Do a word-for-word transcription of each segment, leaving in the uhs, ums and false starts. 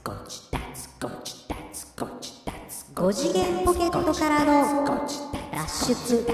ご自立ご自立ご自立ご次元ポケットからの脱出。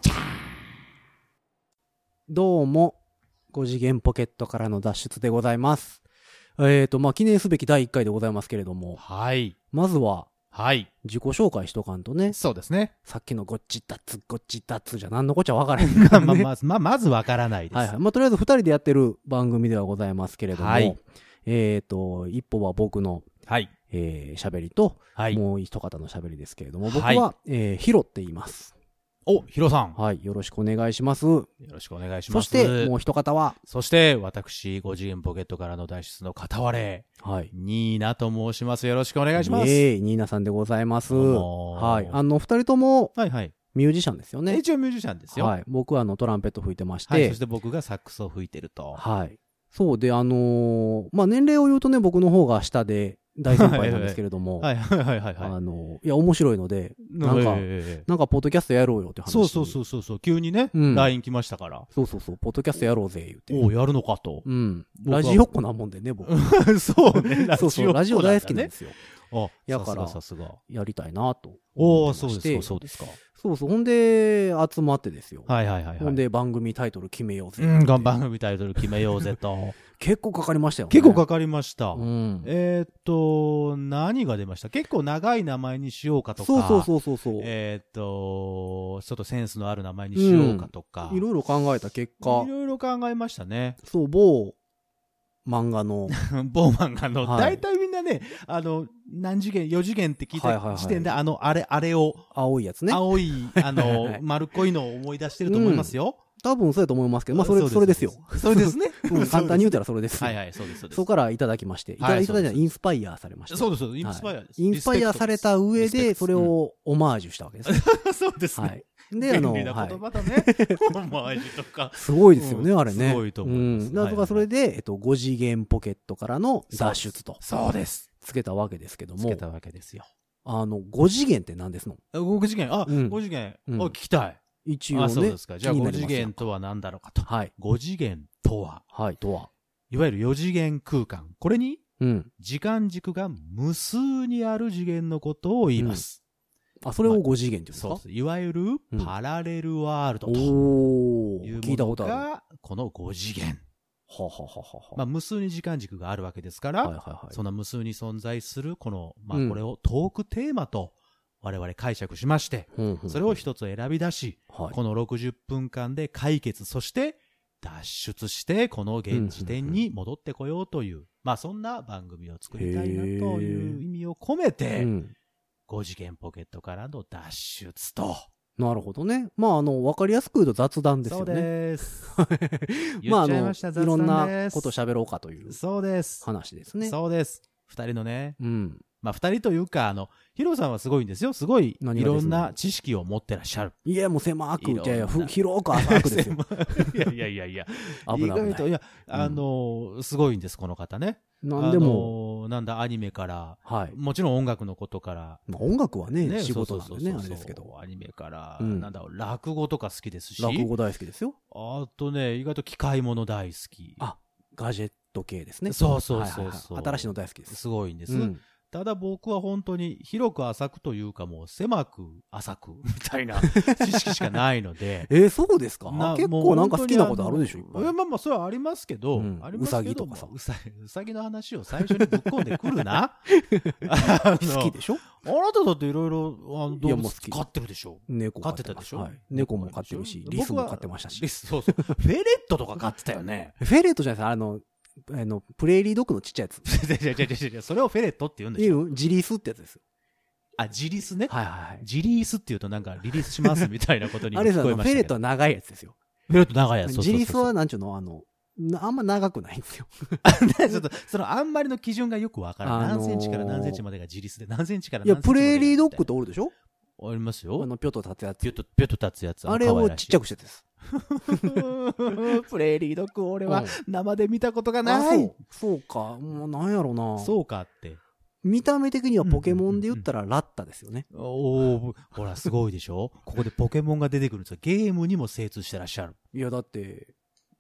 どうもご次元ポケットからの脱出でございます。えーとまあ記念すべきだいいっかいでございますけれども、 はい。 まずははい。 自己紹介しとかんとね。 そうですね。 さっきのごっち立つごっち立つじゃなんのこっちゃ分からへんからね。 まあまずまあまずわからないです。 はいはい。まあとりあえずふたりでやってる番組ではございますけれども、はい、えーと一歩は僕のはいえー、喋りと、はい、もう一方の喋りですけれども、僕は、はい、えー、ヒロって言います。 お、ヒロさん。 はい、よろしくお願いします。よろしくお願いします。 そして、もう一方は、 そして、私、ご次元ポケットからの脱出の片割れ、はい、ニーナと申します。よろしくお願いします。 えー、ニーナさんでございます。はい、あの、二人とも、はいはい。ミュージシャンですよね。 一応ミュージシャンですよ。 はい、僕はあのトランペット吹いてまして、 はい、そして僕がサックスを吹いてると。 はい。そうで、あのー、まあ、年齢を言うとね、僕の方が下で、大先輩なんですけれども、 はいはいはいはい。 あの、いや、面白いので、なんか、なんか、ポッドキャストやろうよって話。 そうそうそうそう、急にね、うん、ライン 来ましたから。 そうそうそう、ポッドキャストやろうぜ、言って。 おう、やるのかと。 うん。ラジオっ子なもんでね、僕。 そうね、 そうそう、ラジオ大好きなんですよ。 あ、 やから、 さすが。 やりたいなと。 おー、そうですか、そうですか。 そうそう、ほんで、集まってですよ。 はいはいはい。 ほんで、番組タイトル決めようぜ。 うん、番組タイトル決めようぜと。 結構かかりましたよね。 結構かかりました。 うん、 えー、っと、何が出ました？結構長い名前にしようかとか。 そうそうそうそうそう。 えー、っと、ちょっとセンスのある名前にしようかとか。 いろいろ考えた結果。 いろいろ考えましたね。 そう、某漫画の。 某漫画の。大体みんなね、あの、何次元、よ次元って聞いた時点で、あの、あれ、あれを。 青いやつね。 青い、あの、丸っこいのを思い出してると思いますよ。 多分そうやと思いますけど、まあそれ、それですよ。 それですね。 簡単に言うたらそれです。 はいはい、そうです、そうです。 そこからいただきまして、いただいたインスパイアされました。 そうです、インスパイアです。 インスパイアされた上で、それをオマージュしたわけです。 そうですね。はい。 で、あの、 便利な言葉だね。オマージュとか。 すごいですよね、あれね。 すごいと思います。 だからそれで、えっと、ご次元ポケットからの脱出と。 そうです。 つけたわけですけども。 つけたわけですよ。 あの、ご次元って何ですの？ ご次元、あ、ご次元、あ、聞きたい。 一応ね。 そうですか。じゃあご次元とは何だろうかと。はい。ご次元とは。 はい、とは。 いわゆるよ次元空間。これに、 うん。 時間軸が無数にある次元のことを言います。 うん、あ、それをご次元って言うんですか？ そうです。いわゆる、パラレルワールドというものが、このご次元。 はははは。 まあ、無数に時間軸があるわけですから、はいはいはい、その無数に存在する、この、まあ、これをトークテーマと、我々解釈しまして、うんうん、それを一つ選び出し、はい、このろくじゅっぷんかんで解決、そして脱出して、この現時点に戻ってこようという、うんうんうん、まあそんな番組を作りたいなという意味を込めて、ご次元ポケットからの脱出と。 なるほどね。まあ、あの、わかりやすく言うと雑談ですよね。 そうです。 まあ、あの、いろんなこと喋ろうかという。 そうです。 話ですね。 そうです。二人のね。 うん。 まあ、二人というか、あの、ヒロさんはすごいんですよ。すごい、いろんな知識を持ってらっしゃる。 いや、もう狭く、いやいや、広く浅くですよ。 いやいやいやいや。 危ない危ない。 意外と、いや、あの、すごいんです、この方ね。 なんでも、 なんだ、アニメから、はい。もちろん音楽のことから。 まあ、音楽はね、仕事なんでね、あれですけど。 アニメから、なんだ、落語とか好きですし。 落語大好きですよ。 あとね、意外と機械物大好き。 あ、ガジェット系ですね。 そうそうそうそう。 新しいの大好きです。 すごいんです。ただ僕は本当に広く浅くというかもう狭く浅くみたいな知識しかないので。 えー、そうですか？結構なんか好きなことあるでしょ、いっぱい。 まあまあそれはありますけど、うん、ありますけど。うさぎとかさ。うさぎ、うさぎの話を最初にぶっ込んでくるな。 好きでしょ？ あなただっていろいろ動物飼ってるでしょ？ 猫飼ってたでしょ？はい。 猫も飼ってるし、リスも飼ってましたし。 リス、そうそう。フェレットとか飼ってたよね。 フェレットじゃないですか、あの、あの、プレーリードッグのちっちゃいやつ。 いやいやいやいや、それをフェレットって言うんでしょ？ いいジリスってやつですよ。 あ、ジリスね。 はいはいはい。 ジリスって言うとなんかリリースしますみたいなことに聞こえましたけど。 あれです、フェレットは長いやつですよ。 フェレット長いやつ。 ジリスはなんちゅうの、あの、あんま長くないんですよ。 ちょっと、そのあんまりの基準がよくわからない。何センチから何センチまでがジリスで、何センチから何センチまで。 いや、プレーリードッグっておるでしょ？ ありますよ。 あの、ぴょっと立つやつ。 ぴょっと、ぴょっと立つやつ。 あれをちっちゃくしてです。 プレーリードッグ、俺は生で見たことがない。 そう。そうか。もうなんやろな。 そうかって。 見た目的にはポケモンで言ったらラッタですよね。 おお、ほら、すごいでしょ？ここでポケモンが出てくるんですよ。ゲームにも精通してらっしゃる。 いや、だって、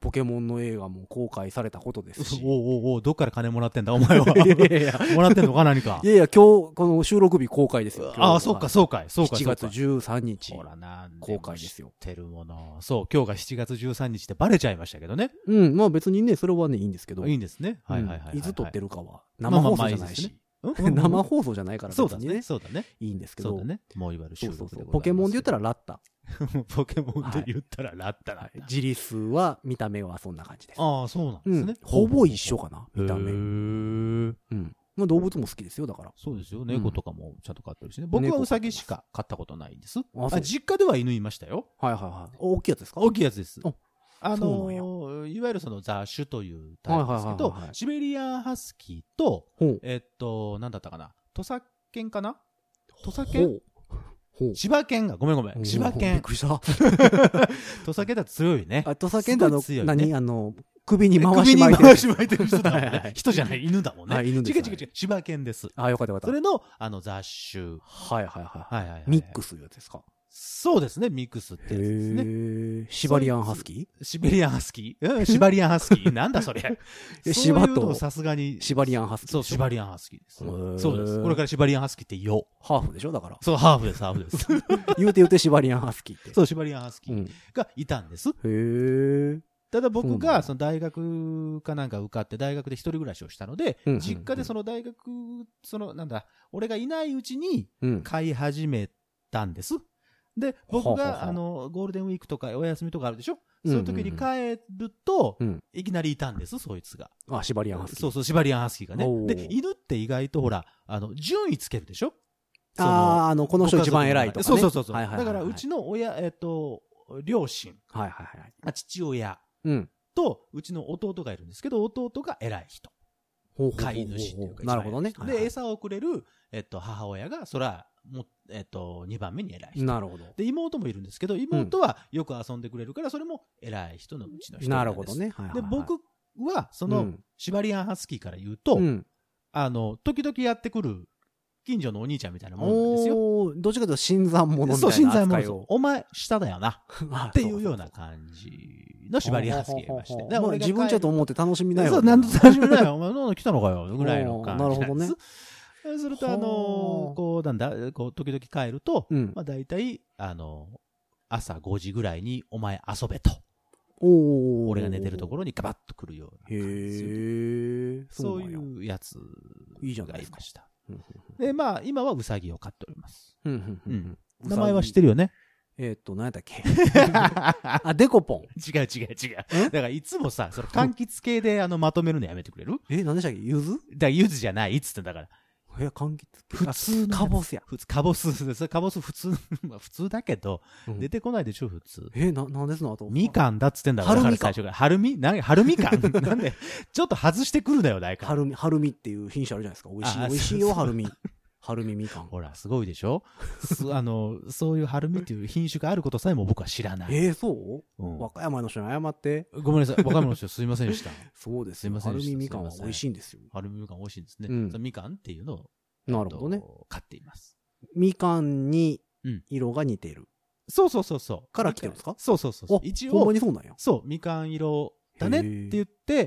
ポケモンの映画も公開されたことですし。 おおおお、どっから金もらってんだお前は。いやいやもらってんのか何か。 いやいや、今日、この収録日公開ですよ。 ああ、そうか、そうかい、そうか。 しちがつじゅうさんにち。 ほらな、 公開ですよ。 知ってるもの。そう、今日がしちがつじゅうさんにちってバレちゃいましたけどね。 うん、まあ別にね、それはね、いいんですけど。 いいんですね。はいはいはい。 いつ撮ってるかは。生放送じゃないし。生放送じゃないから別にね。 そうだね。 いいんですけど。 そうだね。もういわゆる収録でございます。 ポケモンで言ったらラッタ。 ポケモンで言ったらラッタな。 ジリスは、見た目はそんな感じです。 ああ、そうなんですね。 ほぼ一緒かな、見た目。 へー。 うん。まあ動物も好きですよ、だから。 そうですよ。猫とかもちゃんと飼ってるしね。僕はウサギしか飼ったことないんです。あ、実家では犬いましたよ。 はいはいはい。大きいやつですか？ 大きいやつです。あのー、いわゆるその雑種というタイプですけど、シベリアンハスキーと、えっと、なんだったかな、土佐犬かな土佐犬千葉県が、ごめんごめん。千葉県。 びっくりした。 土佐犬だと強いね。 あ、土佐犬ってあの、何あの、首に回し巻いてる。 首に回し巻いてる人だもんね。人じゃない、犬だもんね。 犬です。 違う違う違う、千葉犬です。 あ、よかったよかった。 それの、あの、雑種。 はいはいはい。はいはい。ミックスいうやつですか？ そうですね、ミックスってやつですね。 へシバリアンハスキーシベリアンハスキーうん、シバリアンハスキーなんだそれ。 シバと、 さすがに。 シバリアンハスキー。 そう、シバリアンハスキーです。そうです。これからシバリアンハスキーって言おう。 ハーフでしょだから。 そう、ハーフです、ハーフです。 言うて言うてシバリアンハスキーって。 そう、シバリアンハスキーがいたんです。へー。 ただ僕がその大学かなんか受かって大学で一人暮らしをしたので、実家でその大学、そのなんだ、俺がいないうちに飼い始めたんです。で、僕があのゴールデンウィークとかお休みとかあるでしょ、そういう時に帰ると、いきなりいたんです、そいつが。 あ、シバリアンハスキー。 そうそう、シバリアンハスキーがね。で、犬って意外とほら、あの、順位つけるでしょ。 ああ、あの、この人一番偉いとかね。 そうそうそう。だからうちの親、えっと、両親。 はいはいはい。 父親。と、うちの弟がいるんですけど、弟が偉い人。飼い主っていうか。 なるほどね。 で、餌をくれる、えっと、母親が、そら、も、えっと、にばんめに偉い人。 なるほど。 で、妹もいるんですけど、妹はよく遊んでくれるから、それも偉い人のうちの人なんです。 なるほどね。 で、僕は、その、シバリアンハスキーから言うと、あの、時々やってくる、近所のお兄ちゃんみたいなもんなんですよ。 おどっちかというと新参者みたいな扱いを。 そう、新参者。お前、下だよな。っていうような感じのシバリアンハスキーがいまして。 だから自分ちゃと思って楽しみなよ。 そう、なんと楽しみなよ。お前、なんで来たのかよ。ぐらいの感じ。 なるほどね。 そうすると、あの、こう、なんだ、こう、時々帰ると、まあ、大体、あの、朝ごじぐらいに、お前遊べと。俺が寝てるところにガバッと来るような感じ。へえ。そういうやつがいました。で、まあ、今はウサギを飼っております。名前は知ってるよね。 えっと、何やったっけあ、デコポン。 違う違う違う。だからいつもさ、その柑橘系であのまとめるのやめてくれる？ え、何でしたっけ？柚子？ だから柚子じゃない、いつってだから。 え、柑橘系普通カボスや。 普通、カボス、カボス普通、まあ普通だけど、出てこないでしょ、普通。 え、な、なんですのあと。 みかんだっつってんだから、最初から。春みな春みかんなんで、ちょっと外してくるなよ、大か。 春み、春みっていう品種あるじゃないですか。美味しい、美味しいよ、春み。春見みかん。 ほら、すごいでしょあの、そういう春見っていう品種があることさえも僕は知らない。 えー、そう、うん、和歌山の人に謝って。 ごめんなさい。和歌山の人すいませんでした。 そうです。すいません。春見みかんは美味しいんですよ。 春見みかん美味しいんですね。うん、みかんっていうのを、 なるほどね。 買っています。 みかんに色が似てる。うん、 そうそうそうそう。 から来てるんですか？ そうそうそう。 一応。ほんまにそうなんや。 そう、みかん色だねって言って、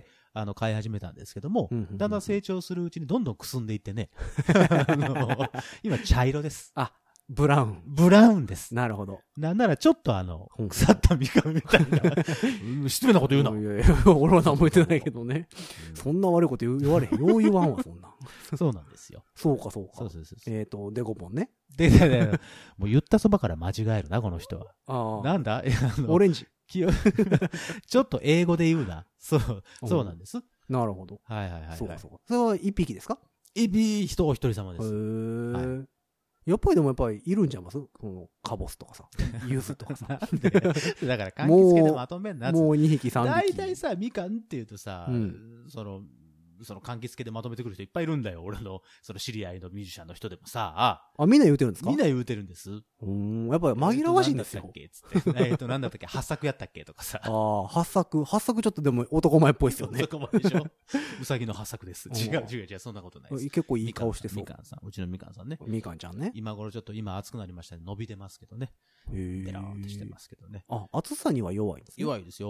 あの、飼い始めたんですけども、だんだん成長するうちにどんどんくすんでいってね。あの今、茶色です。 あ、ブラウン。 ブラウンです。 なるほど。 なんならちょっとあの、腐ったみかんみたいな。失礼なこと言うな。 いやいや、俺は何も言ってないけどね。そんな悪いこと言われへん。よう言わんわ、そんな。 そうなんですよ。 そうか、そうか。 そうそうそう。 えっと、デコポンね。 で、で、で、もう言ったそばから間違えるな、この人は。ああ。なんだオレンジ。 ちょっと英語で言うな。そう、そうなんです。 なるほど。 はいはいはい。 そうかそうか。それは一匹ですか？ 一匹、人お一人様です。へー。やっぱりでもやっぱりいるんちゃいます？このカボスとかさ、ユースとかさ。だから柑橘系でまとめんな。 もうにひきさんびき。 大体さ、みかんっていうとさ、その、その柑橘系でまとめてくる人いっぱいいるんだよ。俺の、その知り合いのミュージシャンの人でもさ。 あ、みんな言うてるんですか？ みんな言うてるんです。 うん、やっぱり紛らわしいんですよ。 えっと、なんだったっけ八作やったっけとかさ。 ああ、八作。八作ちょっとでも男前っぽいですよね。 男前でしょうさぎの八作です。違う違う違う、そんなことないです。 結構いい顔してそう。 みかんさん。うちのみかんさんね。 みかんちゃんね。 今頃ちょっと今暑くなりましたね。伸びてますけどね。ベラーってしてますけどね。 あ、暑さには弱いんですね。 弱いですよ。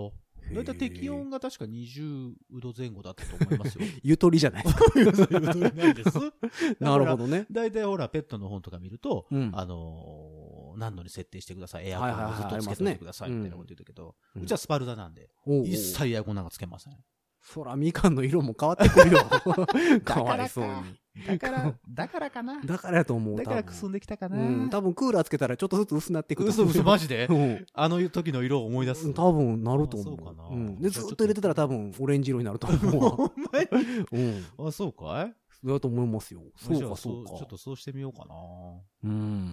だいたい適温が確かにじゅうどぜん後だったと思いますよ。 ゆとりじゃないですか。 ゆとりなんです。 なるほどね。 だいたいほら、ペットの本とか見ると、 うん、 あのー、何度に設定してください。エアコンをずっとつけておいてください。みたいなこと言ってたけど、うちはスパルタなんで、うん、一切エアコンなんかつけません。 そら、みかんの色も変わってくるよ。かわいそうに。 だから、だからかな。 だからやと思う。 だからくすんできたかな。 うん。多分クーラーつけたらちょっとずつ薄なってくる。 嘘嘘、マジで、うん、あの時の色を思い出す。 多分なると思う。そうかな。うん。で、ずっと入れてたら多分オレンジ色になると思うわ。 ほんまにうん。あ、そうかいだと思いますよ。そうか、そうか。 ちょっとそうしてみようかな。 うん。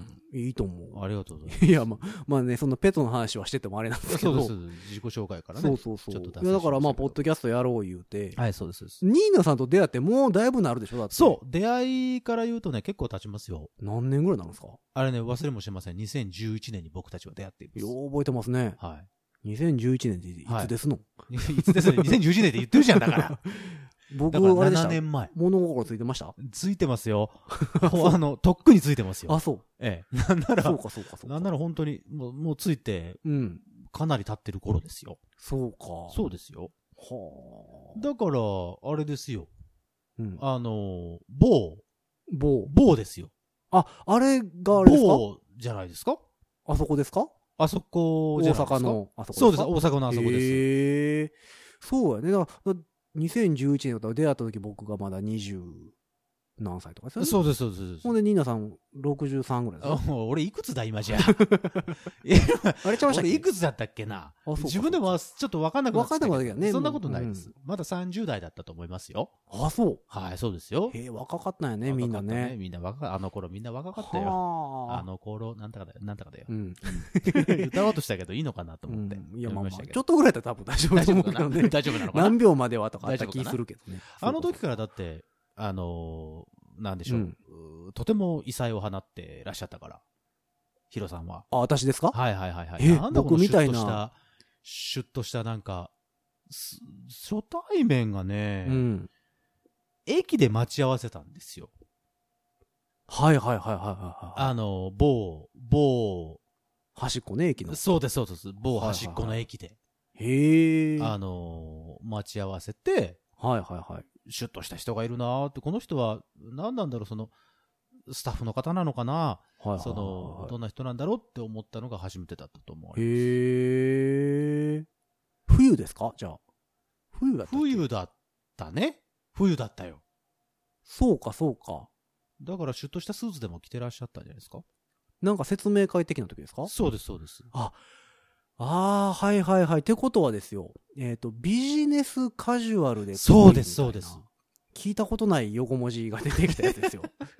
いいと思う。 ありがとうございます。 いや、まあ、まあね、そんなペットの話はしててもあれなんですけど。 そうです。自己紹介からね。 そうそうそう。いや、だからまあ、ポッドキャストやろう言うて。 はい、そうです。 ニーナさんと出会ってもうだいぶなるでしょだって。 そう。出会いから言うとね、結構経ちますよ。 何年ぐらいなんですか？ あれね、忘れもしません。にせんじゅういちねんに僕たちは出会っています。 よう覚えてますね。 はい。 にせんじゅういちねんっていつですの？ はい、いつですね。にせんじゅういちねんって言ってるじゃん、だから。 僕はあれでした。 ななねんまえ。 物心ついてました？ ついてますよ。あの、とっくについてますよ。 あ、そう。 ええ。なんなら、 そうかそうかそうか。 なんなら本当に、もう、もうついて、うん。かなり経ってる頃ですよ。 そうか。 そうですよ。 はあ。 だから、あれですよ。うん。あの、某。 某。 某ですよ。 あ、あれがあれですか？ 某じゃないですか？ あそこですか？ あそこじゃないですか？大阪の、あそこですか？そうです、大阪のあそこです。 へえ。そうやね。だからにせんじゅういちねんだったら出会った時僕がまだにじゅう何歳とかですよね。 そうです、そうです。 ほんで、ニーナさんろくじゅうさんぐらいです。 俺いくつだ今じゃ。 あれちゃいましたっけ？ 俺いくつだったっけな。自分でもちょっと分かんなくなってきたけど。分かんなくなってきたね。そんなことないです。まださんじゅう代だったと思いますよ。 あ、そう。 はい、そうですよ。 へえ、若かったんやね、みんなね。 みんな若かった。あの頃みんな若かったよ。あの頃、なんとかだよ、なんとかだよ。歌おうとしたけどいいのかなと思って。いや、まあまあ、ちょっとぐらいだったら多分大丈夫だと思うけどね。 大丈夫なのかな。 何秒まではとかあった気するけどね。 あの時からだって、あの、なんでしょう、うん、とても異彩を放ってらっしゃったから、ヒロさんは。 あ、私ですか？ はいはいはいはい。 え、僕みたいな。 シュッとしたなんか、初対面がね、うん、駅で待ち合わせたんですよ。 はいはいはいはいはい。 あの、某、某、 端っこね、駅の。 そうですそうです。某端っこの駅で。 へえ。 あの、待ち合わせて、 はいはいはい。 シュッとした人がいるなーって、この人は何なんだろう、その、スタッフの方なのかな、はいはいはいはい、その、どんな人なんだろうって思ったのが初めてだったと思う。 へー。冬ですか？じゃあ。冬だったっけ？ 冬だったね。冬だったよ。 そうかそうか。 だからシュッとしたスーツでも着てらっしゃったんじゃないですか？ なんか説明会的な時ですか？ そうですそうです。 あ、ああ、はいはいはい。ってことはですよ。えっと、ビジネスカジュアルで。 そうです、そうです。 聞いたことない横文字が出てきたやつですよ。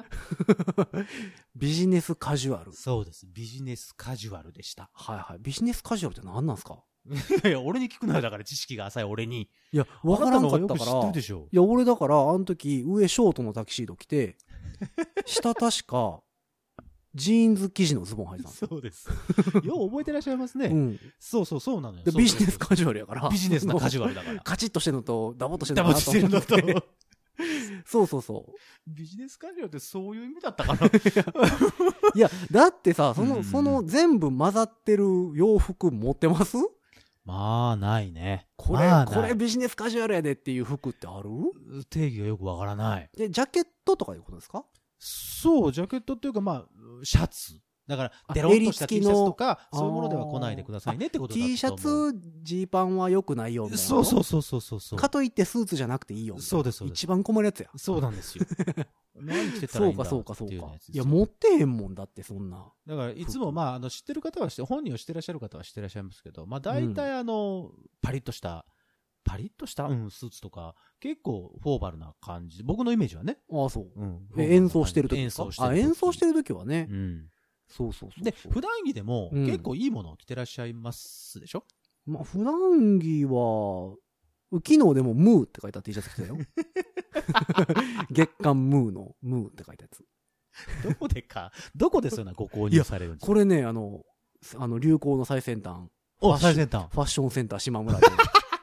ビジネスカジュアル。 そうです。ビジネスカジュアルでした。 はいはい。ビジネスカジュアルって何なんですか？ いや、俺に聞くのよ。だから知識が浅い俺に。 いや、わからんかったから。 知ってるでしょ。 いや、俺だから、あの時、上ショートのタキシード着て、下確か、ジーンズ生地のズボン履いてたんですよ。 そうです。よう覚えてらっしゃいますね。うん。そうそうそうなのよ。 ビジネスカジュアルやから。 ビジネスなカジュアルだから。 カチッとしてるのと、ダボっとしてるのと。ダボっとしてるのと。そうそうそう。 ビジネスカジュアルってそういう意味だったかな。 いや、だってさ、その、うん、その全部混ざってる洋服持ってます？ まあ、ないね。 これ、 まあ、 これビジネスカジュアルやでっていう服ってある？ 定義がよくわからない。 で、ジャケットとかいうことですか？ そう、ジャケットっていうか、まあ、シャツ。だから、デロッとした T シャツとか、そういうものでは来ないでくださいねってことだと思う。 T シャツ、ジーパンは良くないよみたいな。 そうそうそうそうそう。 かといってスーツじゃなくていいよ。 そうです、そうです。 一番困るやつや。 そうなんですよ。何着てたらいいんだそうかそうかそうか。いや、持ってへんもんだって、そんな。 だから、いつもまあ、あの、知ってる方はして、本人を知ってらっしゃる方は知ってらっしゃいますけど、まあ、大体あの、パリッとした、パリッとした、うん、スーツとか、結構フォーマルな感じ。僕のイメージはね。 ああ、そう。うん。演奏してる時ですか？ 演奏してる時。 あ、演奏してる時はね。 うん。 そうそうそう。 で、普段着でも、結構いいものを着てらっしゃいますでしょ？ まあ、普段着は、昨日でもムーって書いた T シャツ着てたよ。月刊ムーのムーって書いたやつ。 どこでか、どこでそういうのご購入されるんですか？ これね、あの、あの、流行の最先端。 お、最先端。 ファッションセンター島村で。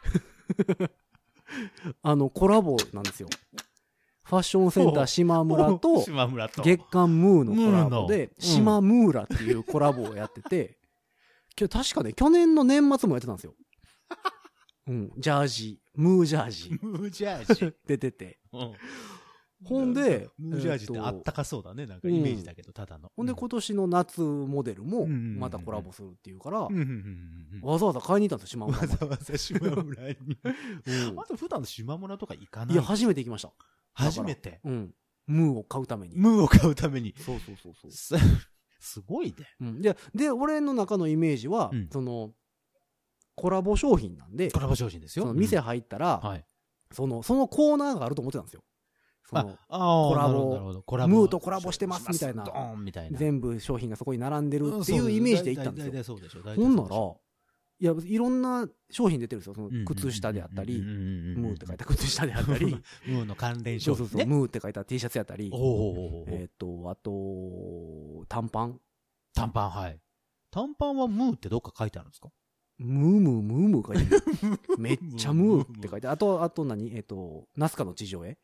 あの、コラボなんですよ。ファッションセンター島村と、月刊ムーのコラボで、島ムーラっていうコラボをやってて、今日確かね、去年の年末もやってたんですよ。 うん、ジャージ、ムージャージ。 ムージャージ出てて。 うん。 ほんで、 ムージャージってあったかそうだね。なんかイメージだけど、ただの。 ほんで今年の夏モデルもまたコラボするっていうから、わざわざ買いに行ったんですよ、島村。 わざわざ島村に。あと普段の島村とか行かない？ いや、初めて行きました。 初めて？ うん。ムーを買うために。 ムーを買うために。 そうそうそうそう。 すごいね。 うん。で、で、俺の中のイメージは、その、コラボ商品なんで。 コラボ商品ですよ。 その店入ったら、その、そのコーナーがあると思ってたんですよ。そのコラボ、ムーとコラボしてますみたいな。全部商品がそこに並んでるっていうイメージで行ったんですよ。ほんなら、いや、いろんな商品出てるんですよ。その靴下であったり、ムーって書いた靴下であったり、 ムーの関連商品。 そうそうそう、ムーって書いた T シャツやったり、えっと、あと、短パン。 短パン、はい。短パンはムーってどっか書いてあるんですか？ ムームームームー書いてある。めっちゃムーって書いてある。あと、あと何？えっと、ナスカの地上絵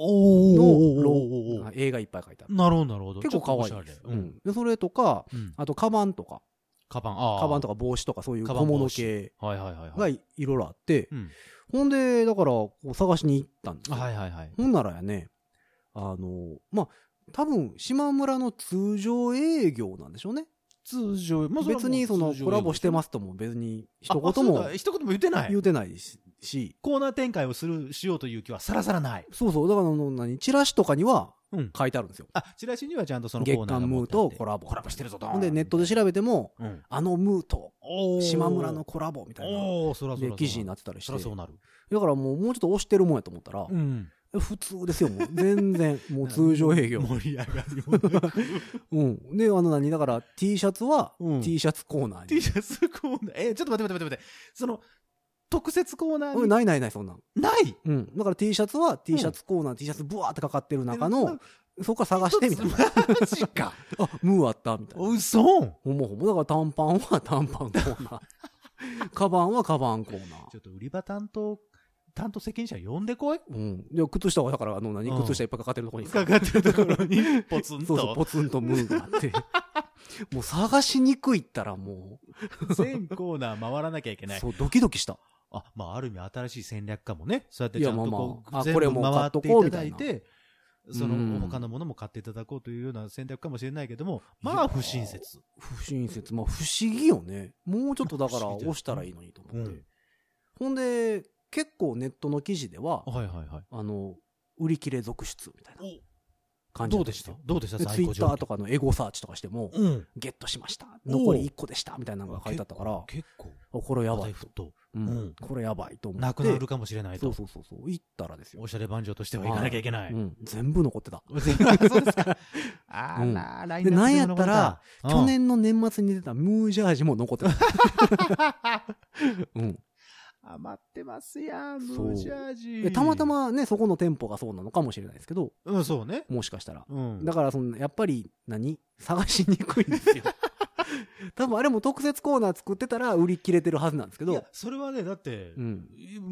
の映画いっぱい書いてある。 なるほど、なるほど。 結構可愛い。うん。で、それとか、あと、カバンとか。 カバン、ああ。 カバンとか帽子とかそういう小物系がいろいろあって、ほんで、だから、こう探しに行ったんですよ。 はいはいはい。 ほんならやね、あの、まあ、多分、島村の通常営業なんでしょうね。 通常、 まあ、別にそのコラボしてますとも別に一言も一言も言ってない言ってないし、 コーナー展開をするしようという気はさらさらない。 そうそう、だからの何チラシとかには書いてあるんですよ。 あ、チラシにはちゃんとそのコーナーが月刊ムーとコラボコラボしてるぞと。 でネットで調べてもあのムーと島村のコラボみたいなで記事になってたりして、だからもうもうちょっと押してるもんやと思ったら。普通ですよ、もう。全然、もう通常営業。 盛り上がりもなく。 うん。で、あの何、だから T シャツは T シャツコーナーに。 T シャツコーナーえ、ちょっと待って待って待って待って。その、特設コーナーに。 ないないない、そんなん。 ないうん。だから T シャツは T シャツコーナー、T シャツブワーってかかってる中の、そこから探してみたいな。 マジか。 あ、ムーあったみたいな。 嘘ほもほも。だから短パンは短パンコーナー。カバンはカバンコーナー。 ちょっと売り場担当、担当責任者呼んでこい。 うん。で、靴下はだから、あの、何、靴下いっぱいかかってるところに。 かかってるところに、ポツンと。 そうそう、ポツンとムーがあって。もう探しにくいったらもう。全コーナー回らなきゃいけない。 そう、ドキドキした。 あ、まあ、ある意味新しい戦略かもね。そうやってちゃんとこう、 あ、これも回っていただいて、 その、他のものも買っていただこうというような戦略かもしれないけども、まあ、不親切。 不親切。まあ、不思議よね。もうちょっとだから押したらいいのにと思って。ほんで、結構ネットの記事では、 はいはいはい。 あの、売り切れ続出みたいな感じ。どうでしたどうでしたツイッターとかのエゴサーチとかしても、うん、ゲットしました。残りいっこでした。みたいなのが書いてあったから、 結構。 これやばいと。うん。これやばいと思って。 なくなるかもしれないと。 そうそうそう。行ったらですよ。 おしゃれ番長としては行かなきゃいけない。 うん。全部残ってた。 全部、そうですか。あーなー、ラインナップで、なんやったら、去年の年末に出たムージャージも残ってた。うん。 余ってますやん、ムージャージ。 たまたまね、そこの店舗がそうなのかもしれないですけど。 うん、そうね。 もしかしたら。うん。だから、その、やっぱり何、探しにくいんですよ。多分あれも特設コーナー作ってたら売り切れてるはずなんですけど。いや、 それはね、だって、うん、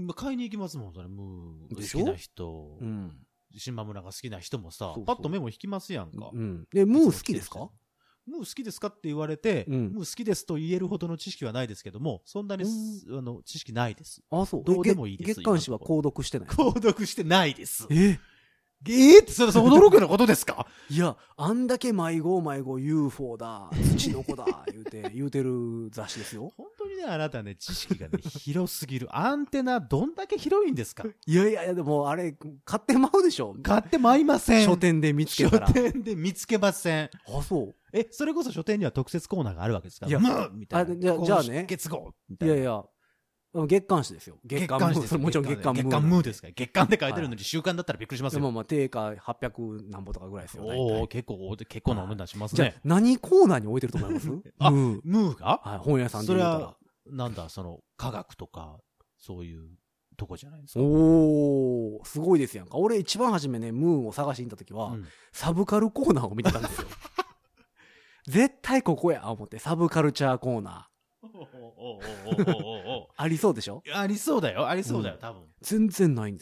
買いに行きますもん、それ、ムー好きな人。うん。島村が好きな人もさ、パッとメモ引きますやんか。 うん。で、ムー好きですか？ ムー好きですかって言われて、うん、ムー好きですと言えるほどの知識はないですけども、そんなに、うん、あの知識ないです。 あ、そう。 どうでもいいです。 月刊誌は購読してない。 購読してないです。 ええーってそれ驚くようなことですか？ いや、あんだけ迷子迷子 ユーフォー だ、土の子だ、言うて、言うてる雑誌ですよ。 本当にね、あなたね、知識がね、広すぎる。アンテナどんだけ広いんですか？ いやいやいや、でもあれ、買ってまうでしょ？ 買ってまいません。 書店で見つけたら。 書店で見つけません。 あ、そう。 え、それこそ書店には特設コーナーがあるわけですか？ いや、 ムーみたいな。 じゃあ、じゃあね。 月号みたいな。いやいや。月刊誌ですよ。 月刊誌です。 もちろん月刊ムー。 月刊ムーですから。月刊って書いてるのに週刊だったらびっくりしますよ。 まあまあ、定価はっぴゃく何ぼとかぐらいですよ。 おお、結構、結構なお値段しますね。 じゃあ、何コーナーに置いてると思います？ あ、ムーが？ はい、本屋さんで言うたら。それは、 なんだ、その、科学とか、そういうとこじゃないですか。 おー、すごいですやんか。俺一番初めね、ムーを探しに行った時は、サブカルコーナーを見てたんですよ。絶対ここや、思って、サブカルチャーコーナー。ありそうでしょ？ ありそうだよ、ありそうだよ、多分。 全然ないんですよ。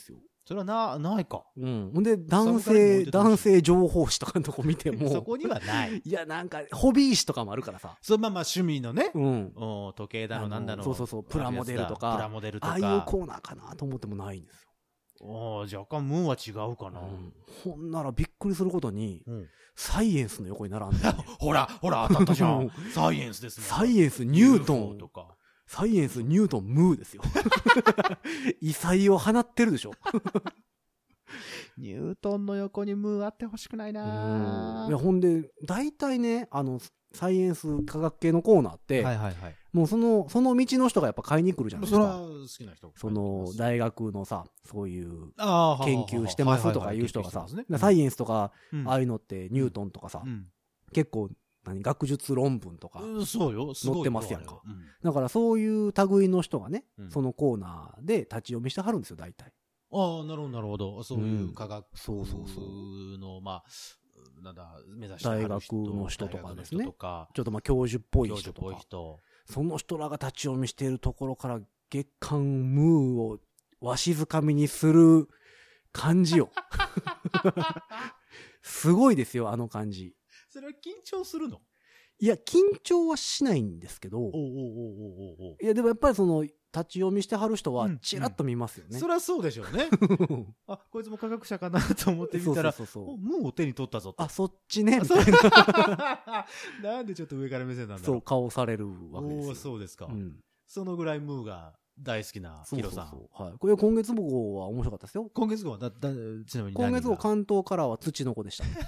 それはな、ないか。 うん。ほんで、男性、男性情報誌とかのとこ見ても。 そこにはない。 いや、なんか、ホビー誌とかもあるからさ。 そう、まあまあ趣味のね。 うん。 時計だの、なんだの。 そうそうそう。プラモデルとか。 プラモデルとか。 ああいうコーナーかなと思ってもないんですよ。 ああ、若干ムーンは違うかな。うん、 ほんならびっくりすることに、うん、サイエンスの横に並んで、ね。 ほら、ほら、当たったじゃん。サイエンスですね。 サイエンス、ニュートン。とか。サイエンス、ニュートン、ムーですよ。異彩を放ってるでしょ。 ニュートンの横にムーあってほしくないな。 いや、ほんで、大体ね、あの、サイエンス科学系のコーナーって、はいはいはい、もうその、その道の人がやっぱ買いに来るじゃないですか。それは好きな人。 その、大学のさ、そういう研究してますとかいう人がさ、サイエンスとか、ああいうのってニュートンとかさ、うん、結構、何、学術論文とか、 そうよ、 載ってますやんか。うん、だからそういう類の人がね、うん、そのコーナーで立ち読みしてはるんですよ、大体。 ああ、なるほど、なるほど。そういう科学の、まあ、なんだ、目指して大学の人とかですね。ちょっとまあ教授っぽい人とか。その人らが立ち読みしているところから月刊ムーをわしづかみにする感じよ。すごいですよ、あの感じ。 それは緊張するの？ いや、緊張はしないんですけど。おうおうおうおうおう。いや、でもやっぱりその、立ち読みしてはる人はチラッと見ますよね。 うんうん、そりゃそうでしょうね。あ、こいつも科学者かなと思って見たら、そうそうそうそう、ムーを手に取ったぞと。 あ、そっちねみたいな。 なんでちょっと上から目線なんだろう。 そう、顔されるわけですよ。 おそうですか、うん。そのぐらいムーが大好きなヒロさん。そうそうそう、はい。これ今月号は面白かったですよ。 今月号はだ、だ、ちなみに今月号関東カラーは土の子でした、ね。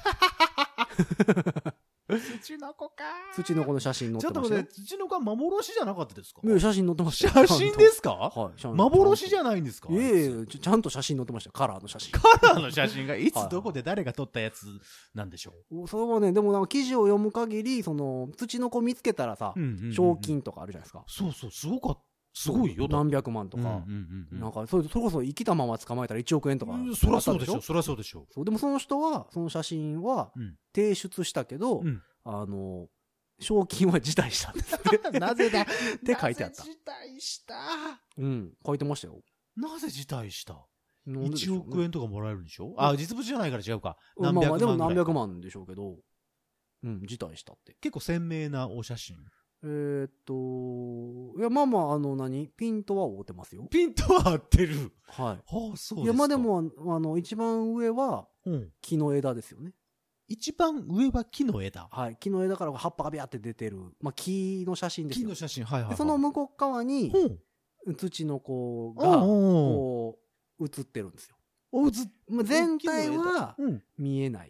土の子か土の子の写真載ってました。 ちょっと待って、土の子は幻じゃなかったですか？ いや、写真載ってました。 写真ですか？ はい。 幻じゃないんですか？ いえいえ、ちゃんと写真載ってましたよ。カラーの写真。 カラーの写真がいつどこで誰が撮ったやつなんでしょう？ それはね、でもなんか記事を読む限り、その、土の子見つけたらさ、賞金とかあるじゃないですか。 そうそう、すごかった。すごいよ。 何百万とか。なんか、それこそ生きたまま捕まえたらいちおくえんとか。 そりゃそうでしょ。そりゃそうでしょ。 そう、でもその人は、その写真は、提出したけど、あの、賞金は辞退したんですって。 なぜだって書いてあった。 なぜ辞退した？ うん、書いてましたよ。 なぜ辞退した？いちおくえんとかもらえるんでしょ？あ、実物じゃないから違うか。何百万。まあまあでも何百万でしょうけど、うん、辞退したって。 結構鮮明なお写真。 えーっと、いや、まあまあ、あの何、ピントは合ってますよ。 ピントは合ってる。 はい。はあ、そうですか。 いや、まあでも、あの、一番上は、木の枝ですよね。 一番上は木の枝。 はい。木の枝から葉っぱがビャって出てる。まあ、木の写真ですよ。 木の写真、はいはい、はい。 その向こう側に、土の子が、こう、映ってるんですよ。 お映まあ、全体は、見えない。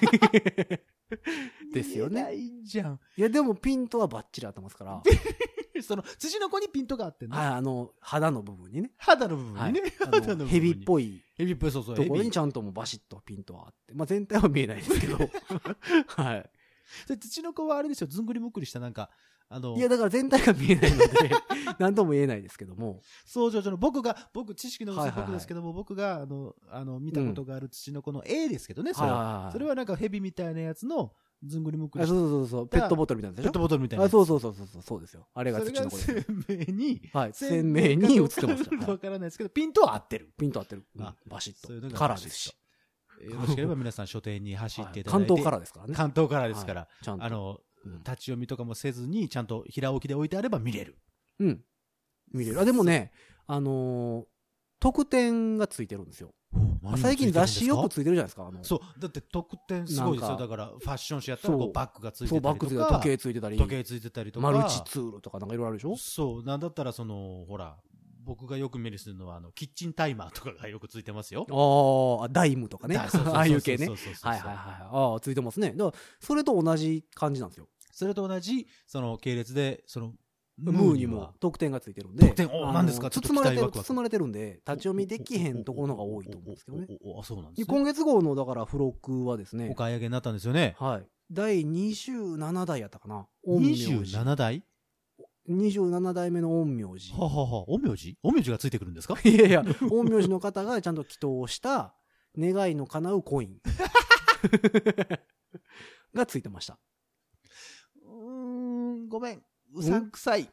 ですよね。 見えないじゃん。 いや、でもピントはバッチリ合ってますから。 その、土の子にピントがあってね。 はい、あの、肌の部分にね。 肌の部分にね。 肌の部分に。ヘビっぽい。 ヘビっぽい、そうそう。 ところにちゃんともバシッとピントはあって。まあ、全体は見えないですけど。はい。 それ土の子はあれですよ、ずんぐりむっくりしたなんか、あの。 いや、だから全体が見えないので、なんとも言えないですけども。 そうそうそう、僕が、僕、知識の薄い僕ですけども、僕が、あの、あの、見たことがある土の子の絵ですけどね、それは。それはなんかヘビみたいなやつの、ずんぐりむっくりした。 そうそうそう、ペットボトルみたいなやつでしょ？ ペットボトルみたいな。 あ、そうそうそうそう、そうですよ。あれが土の子です。 鮮明に、 はい、鮮明に映ってました。 わからないですけど、ピントは合ってる。 ピント合ってる。バシッと。カラーですし。 よろしければ皆さん書店に走っていただいて。 関東カラーですからね。 関東カラーですから。ちゃんと。あの、立ち読みとかもせずに、ちゃんと平置きで置いてあれば見れる。 うん。見れる。あ、でもね、あの、特典がついてるんですよ。最近雑誌よくついてるじゃないですか。あのそう。だって特典すごいですよ。だからファッション誌やったらこうバッグがついてたりとか。そう、バッグついてたり、時計ついてたり。 時計ついてたりとか。 マルチツールとかなんかいろいろあるでしょ？ そう。なんだったらその、ほら、僕がよく目にするのは、あの、キッチンタイマーとかがよくついてますよ。 ああ、ダイムとかね。ああいう系ね。はいはいはい。ああ、ついてますね。だから、それと同じ感じなんですよ。 それと同じ、その系列で、その、 ムーにも特典がついてるんで。 特典、お、何ですか？ 包まれてる、包まれてるんで、立ち読みできへんところのが多いと思うんですけどね。 あ、そうなんですね。 今月号の、だから、付録はですね。 お買い上げになったんですよね。 はい。だいにじゅうななだいやったかな。 にじゅうななだい？ にじゅうななだいめの陰陽師。 ははは、陰陽師？陰陽師がついてくるんですか？ いやいや、陰陽師の方がちゃんと祈祷した願いの叶うコインがついてました。 うーん、ごめん。うさんくさい。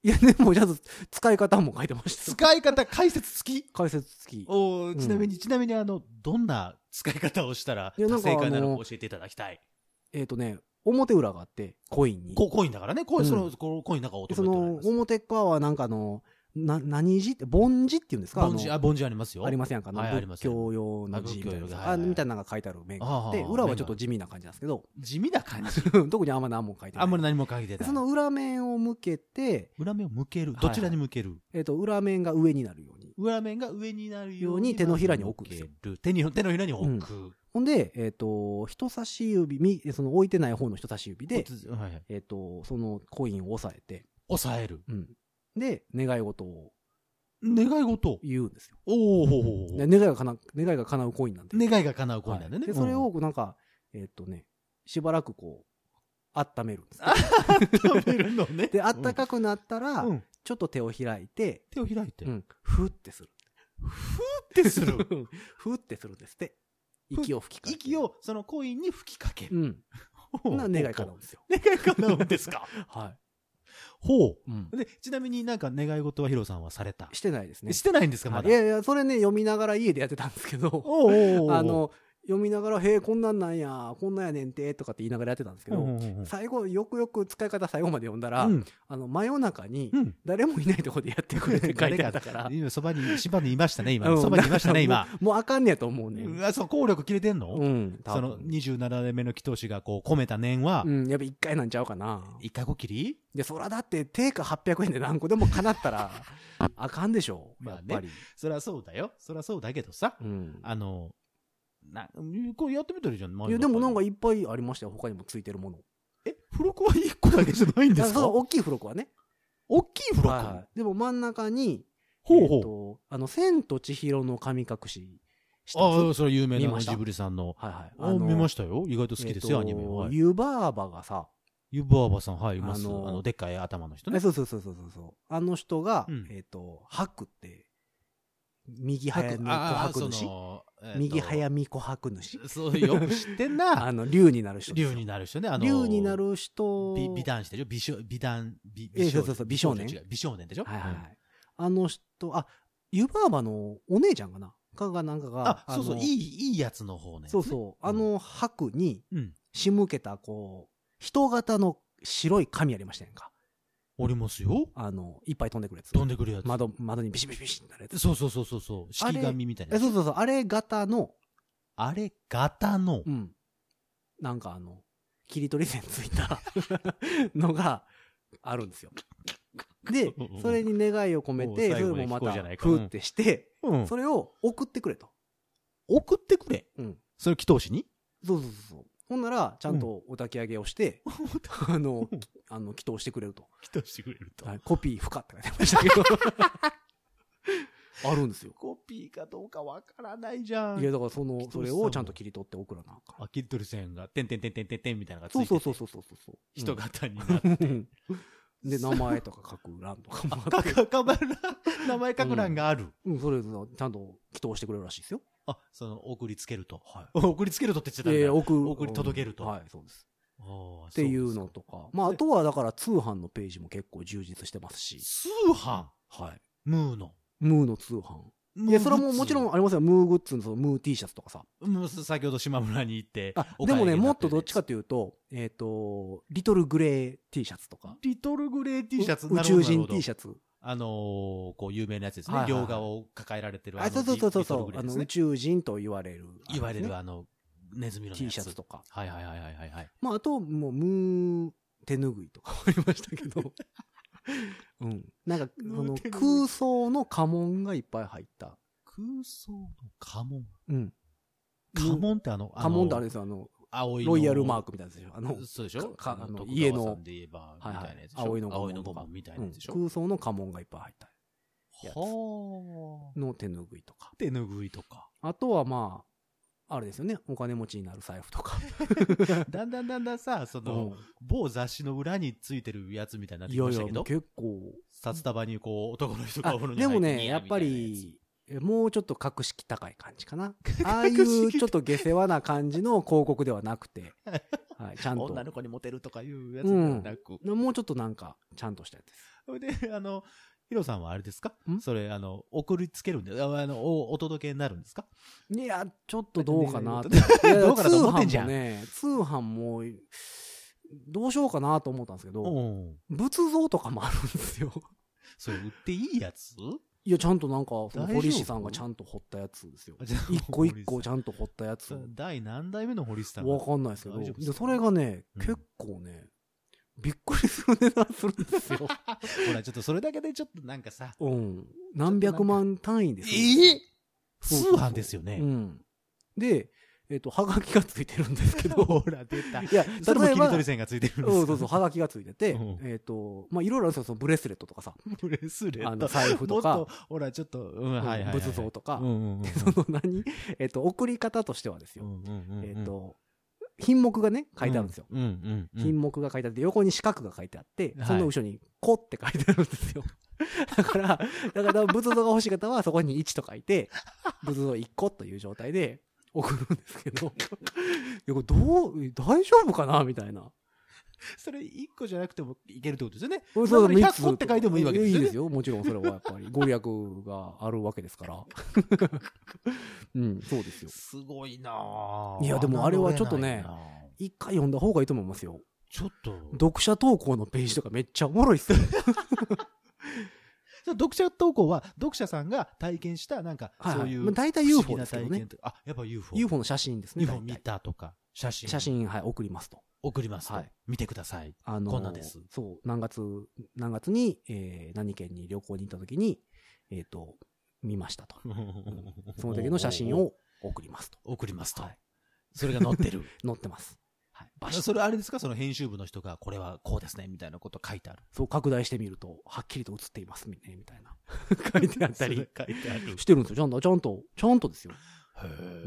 いや、でも、ちゃんと使い方も書いてました。 使い方、解説付き解説付き。 おちなみに、うん、ちなみに、あの、どんな使い方をしたら、正解なのか教えていただきたい。 えっ、ー、とね、表裏があって、コインに。 ココインだからね。コイン、うん、その、コインなんかをその、表側はなんかの、な、何字って、梵字っていうんですか？ 梵字、あ、梵字ありますよ。 ありますやんか。はい、仏教用の字みたいな。あ、みたいなのが書いてある面があって、裏はちょっと地味な感じなんですけど。 地味な感じ特にあんま何も書いてない。 あんまり何も書いてない。 その裏面を向けて、 裏面を向けるどちらに向ける？ えっと、裏面が上になるように。 裏面が上になるように手のひらに置くんですよ。 手に、手のひらに置く。 ほんで、えっと、人差し指、その置いてない方の人差し指で、えっと、そのコインを押さえて。 押さえる。 うん。で、願い事を。 願い事言うんですよ。 おお。 願いが叶う、願いが叶うコインなんで。 願いが叶うコインなんでね。 で、それをなんか、えっとね、しばらくこう、温めるんです。 温めるのね。 で、温かくなったら、ちょっと手を開いて、 手を開いて、 うん、ふーってする。 ふーってするふーってするんですって。息を吹きかける。 息をそのコインに吹きかける。 うん。な願い叶うんですよ。 願い叶うんですか？ はい。 ほう、うん。で、ちなみになんか願い事はヒロさんはされた？ してないですね。 してないんですか、まだ。 いやいや、それね、読みながら家でやってたんですけど、 おうおうおう、 あの、読みながら、へえ、こんなんなんや、こんなんやねんて、とかって言いながらやってたんですけど、うんうんうん、最後、よくよく使い方最後まで読んだら、うん、あの、真夜中に、誰もいないところでやってくれって書いてあったから。 今、そばに、しばにいましたね、今。そばにいましたね、今。 もう、もうあかんねやと思うね。 うわ、そう、効力切れてんの？ うん。 その、にじゅうななねんめの祈祷師がこう、込めた念は、 うん、やっぱ一回なんちゃうかな。 一回こきり？ で、そらだって、定価はっぴゃくえんで何個でも叶ったら、あかんでしょ。 まあね。そりゃそうだよ。そりゃそうだけどさ、うん、あの、な、これやってみたらいいじゃん。 いや、でもなんかいっぱいありましたよ。他にもついてるもの。 え、付録はいっこだけじゃないんですか？ そう、大きい付録はね。 大きい付録、 はい、でも真ん中に、 ほうほう。 えーと、あの、千と千尋の神隠し。 ああ、それ有名なジブリさんの。 はいはい。 あ見ましたよ。意外と好きですよ、アニメは。 湯婆婆がさ、 湯婆婆さん、はい、います。あの、でっかい頭の人ね。 そうそうそうそうそう。あの人が、えっと、白って、右早見琥珀主、右早見琥珀主。 そう、よく知ってんな。 あの、竜になる人。 竜になる人ね。あの、 竜になる人。 美、美男子でしょ？美少、美男、美、 美少年。そうそうそう、美少年。 美少年でしょ？ はいはい。あの人、あ、湯婆婆のお姉ちゃんかなかがなんかが。 あ、そうそう、いい、いいやつの方ね。 そうそう。あの、白に、仕向けた、こう、人型の白い紙ありましたやんか。 ありますよ。 あの、いっぱい飛んでくるやつ。 飛んでくるやつ。 窓、窓にビシビシビシってなるやつ。 そうそうそうそうそう。式紙みたいな。 そうそうそう。あれ型の。 あれ型の。 うん。なんかあの、切り取り線ついたのがあるんですよ。で、それに願いを込めて、それもまた、ふーってして、それを送ってくれと。 送ってくれ？ うん。 それ祈祷師に？ そうそうそう。ほんなら、ちゃんとお焚き上げをして、あの、あの、祈祷してくれると。 祈祷してくれると。 はい、コピー不可って書いてましたけど。あるんですよ。 コピーかどうかわからないじゃん。 いや、だからその、それをちゃんと切り取って送らなあかん。 あ、切り取り線が、てんてんてんてんてんてんみたいなのがついてて。 そうそうそうそうそうそう。 人型になって。 で、名前とか書く欄とかもあって。書く、名前書く欄がある。 うん、それ、ちゃんと祈祷してくれるらしいですよ。 あ、その、送りつけると。はい。送りつけるとって言ってたんだ。 ええ、送、 送り届けると。 はい、そうです。っていうのとか。まあ、あとはだから通販のページも結構充実してますし。 通販？ はい。 ムーの。 ムーの通販。いや、それももちろんありますよ。ムーグッズのそのムー T シャツとかさ。 先ほど島村に行って。 あ、でもね、もっとどっちかというと、えっと、リトルグレー T シャツとか。 リトルグレー T シャツ？ 宇宙人 T シャツ。 あのー、こう有名なやつですね。両側を抱えられてる。 あ、そうそうそうそう。あの、宇宙人と言われる。 言われるあの、ネズミの T シャツとか。 はいはいはいはいはい。 まあ、あと、もう、ムー手ぬぐいとかありましたけど。うん。なんか、その、空想の家紋がいっぱい入った。 空想の家紋？ うん。 家紋ってあの、 家紋ってあれですよ、あの、 青いロイヤルマークみたいなやつでしょ。あの、 そうでしょ？ あの、家の、 はいはい。 青いの青いの門みたいなやつでしょ。 空想の家紋がいっぱい入ったやつ。 はの手ぬぐいとか。 手ぬぐいとか。 あとはまあ、あれですよね。お金持ちになる財布とか。 だんだんだんだんさ、その、某雑誌の裏についてるやつみたいになってきましたけど。 いやいや、結構。 札束にこう、男の人がお風呂に入って。でもね、やっぱり、もうちょっと格式高い感じかな。ああいうちょっと下世話な感じの広告ではなくて、はい、ちゃんと。 女の子にモテるとかいうやつではなく、 うん。もうちょっとなんか、ちゃんとしたやつです。 で、あの、ヒロさんはあれですか？それ、あの、送りつけるんで、あの、お、お届けになるんですか？ いや、ちょっとどうかな。 どうかなと思ってんじゃん。 ね、通販も、どうしようかなと思ったんですけど、仏像とかもあるんですよ。 それ売っていいやつ？ いや、ちゃんとなんか、堀師さんがちゃんと掘ったやつですよ。一個一個ちゃんと掘ったやつ。 第何代目の堀師さん？ わかんないですけど、で、それがね、結構ね、びっくりする値段するんですよ。ほら、ちょっとそれだけでちょっとなんかさ。 うん。何百万単位ですよ。 ええ通販ですよね。 うん。で、えっと、はがきがついてるんですけど。 ほら、出た。 いや、 それも切り取り線がついてるんですそうそうそう、はがきがついてて、えっと、まあ、いろいろあるんですよ、そのブレスレットとかさ。 ブレスレット。 あの、財布とか。 もっと、ほら、ちょっと、うん、はいはい。 仏像とか。その何えっと、送り方としてはですよ。えっと、品目がね、書いてあるんですよ。品目が書いてあって、横に四角が書いてあって、その後ろに、こって書いてあるんですよ。だから、だから仏像が欲しい方はそこにいちと書いて、仏像いっこという状態で送るんですけど、いや、これどう、大丈夫かなみたいな。 それいっこじゃなくてもいけるってことですよね。 そうそう、 ひゃっこって書いてもいいわけですよね。 いいですよ。もちろんそれはやっぱりご利益があるわけですから。うん、そうですよ。 すごいなぁ。 いや、でもあれはちょっとね、一回読んだ方がいいと思いますよ。 ちょっと。 読者投稿のページとかめっちゃおもろいっすよ。 読者投稿は読者さんが体験したなんかそういう、はいはい、まあ、 大体 ユーフォー ですけどね。 あ、やっぱ ユーフォー。 ユーフォー の写真ですね。 ユーフォー 見たとか写真。 写真、はい、送りますと。 送りますと。はい。見てください。あのー、こんなです。 そう、何月、何月に、えー、何県に旅行に行った時に、えっと、見ましたと。その時の写真を送りますと。 送りますと。はい。それが載ってる。 載ってます。 はい。それあれですか？その編集部の人がこれはこうですねみたいなこと書いてある。 そう、拡大してみるとはっきりと写っていますねみたいな書いてあったり書いてあるしてるんですよ。ちゃんとちゃんとちゃんとですよ。 へえ。うん、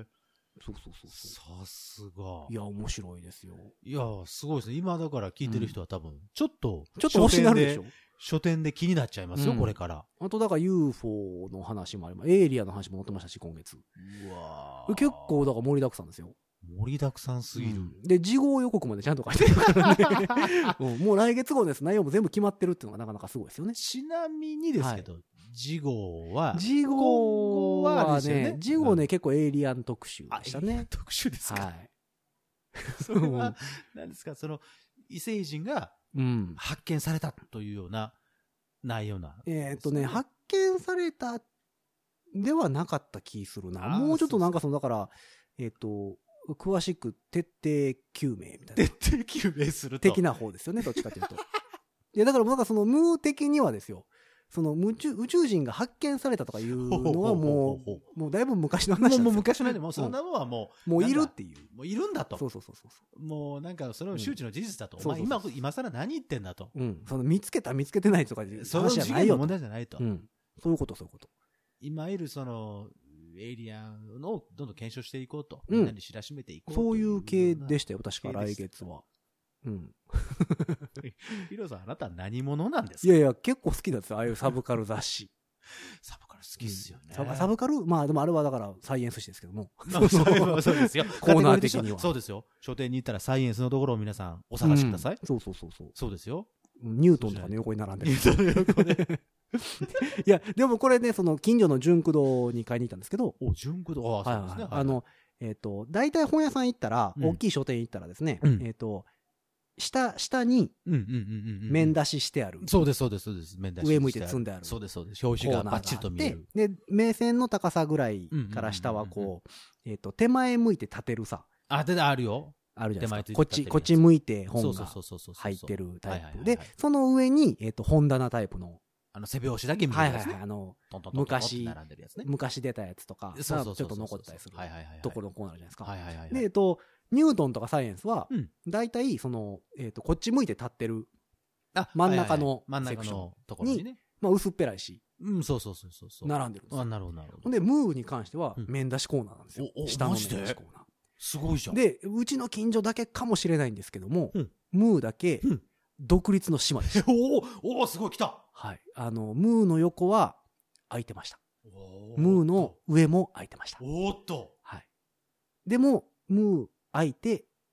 そうそうそうそう。さすが。 いや面白いですよ。 いやすごいですね。今だから聞いてる人は多分ちょっと、 うん、ちょっと欲しなるでしょ。 書店で気になっちゃいますよ、うん、これから。 あとだから ユーフォー の話もあります。エイリアの話も載ってましたし今月。 うわ結構だから盛りだくさんですよ。 盛りだくさんすぎる、うん、 で次号予告までちゃんと書いてるからね、うん、もう来月号です。内容も全部決まってるっていうのがなかなかすごいですよね。 ちなみにですけど、はい、次号は次号はね、次号ね、うん、結構エイリアン特集でしたね。 特集ですか。 はい。 それは何ですか、その異星人が発見されたというような内容な、 うん、えー、っとね発見されたではなかった気するな。もうちょっとなんかそのだからえー、っと詳しく徹底究明みたいな。 徹底究明すると。的な方ですよね、どっちかというと。いや、だからなんかそのムー的にはですよ。その宇宙、宇宙人が発見されたとかいうのはもう、もうだいぶ昔の話なんですよ。 もう昔の話で、もうそんなもんはもう、もういるっていう。 もういるんだと。 そうそうそうそう。 もうなんかそれを周知の事実だと。お前今、今更何言ってんだと。 うん。その見つけた見つけてないとかで話じゃないよ。問題じゃないと。 うん。そういうことそういうこと。 今いるその、エイリアンをどんどん検証していこうと。みんなに知らしめていこうと、 うん。そういう系でしたよ、確か来月は。うん。 ヒロさん、あなたは何者なんですか？ いやいや、結構好きなんですよ、ああいうサブカル雑誌。 サブカル好きっすよね。 うん、サブカルまあでもあれはだからサイエンス誌ですけども。 そうですよ。 コーナー的には。 そうですよ。書店に行ったらサイエンスのところを皆さんお探しください。 うん、そうそうそうそう。 そうですよ。 ニュートンとかの横に並んでる。 ニュートンの横で。 いや、でもこれね、その近所の純駆堂に買いに行ったんですけど。 お、純駆堂、ああ、そうですね。 あの、えっと、大体本屋さん行ったら、大きい書店行ったらですね、えっと、下、下に、面出ししてある。 そうです、そうです、そうです。面出し上向いて積んである。 そうです、そうです。表紙がバッチリと見える。 で、目線の高さぐらいから下はこう、えっと、手前向いて立てるさ。 あ、で、あるよ。 あるじゃないですか。こっち、こっち向いて本が入ってるタイプ。で、その上に、えっと、本棚タイプの。 あの、背表紙だけ見るやつね。 はいはいはい。あの、昔、昔出たやつとか、ちょっと残ったりするところのコーナーじゃないですか。 はいはいはい。 で、えっと、ニュートンとかサイエンスは、大体、その、えっと、こっち向いて立ってる、真ん中のセクションに、まあ、薄っぺらいし、 うん、そうそうそうそう。 並んでるんですよ。 あ、なるほどなるほど。 で、ムーに関しては、面出しコーナーなんですよ。下の面出しコーナー。 すごいじゃん。 で、うちの近所だけかもしれないんですけども、ムーだけ、独立の島でした。 おおおすごい来た。 はい。あの、ムーの横は空いてました。ムーの上も空いてました。 おーっと。 はい。でも、ムー空いて、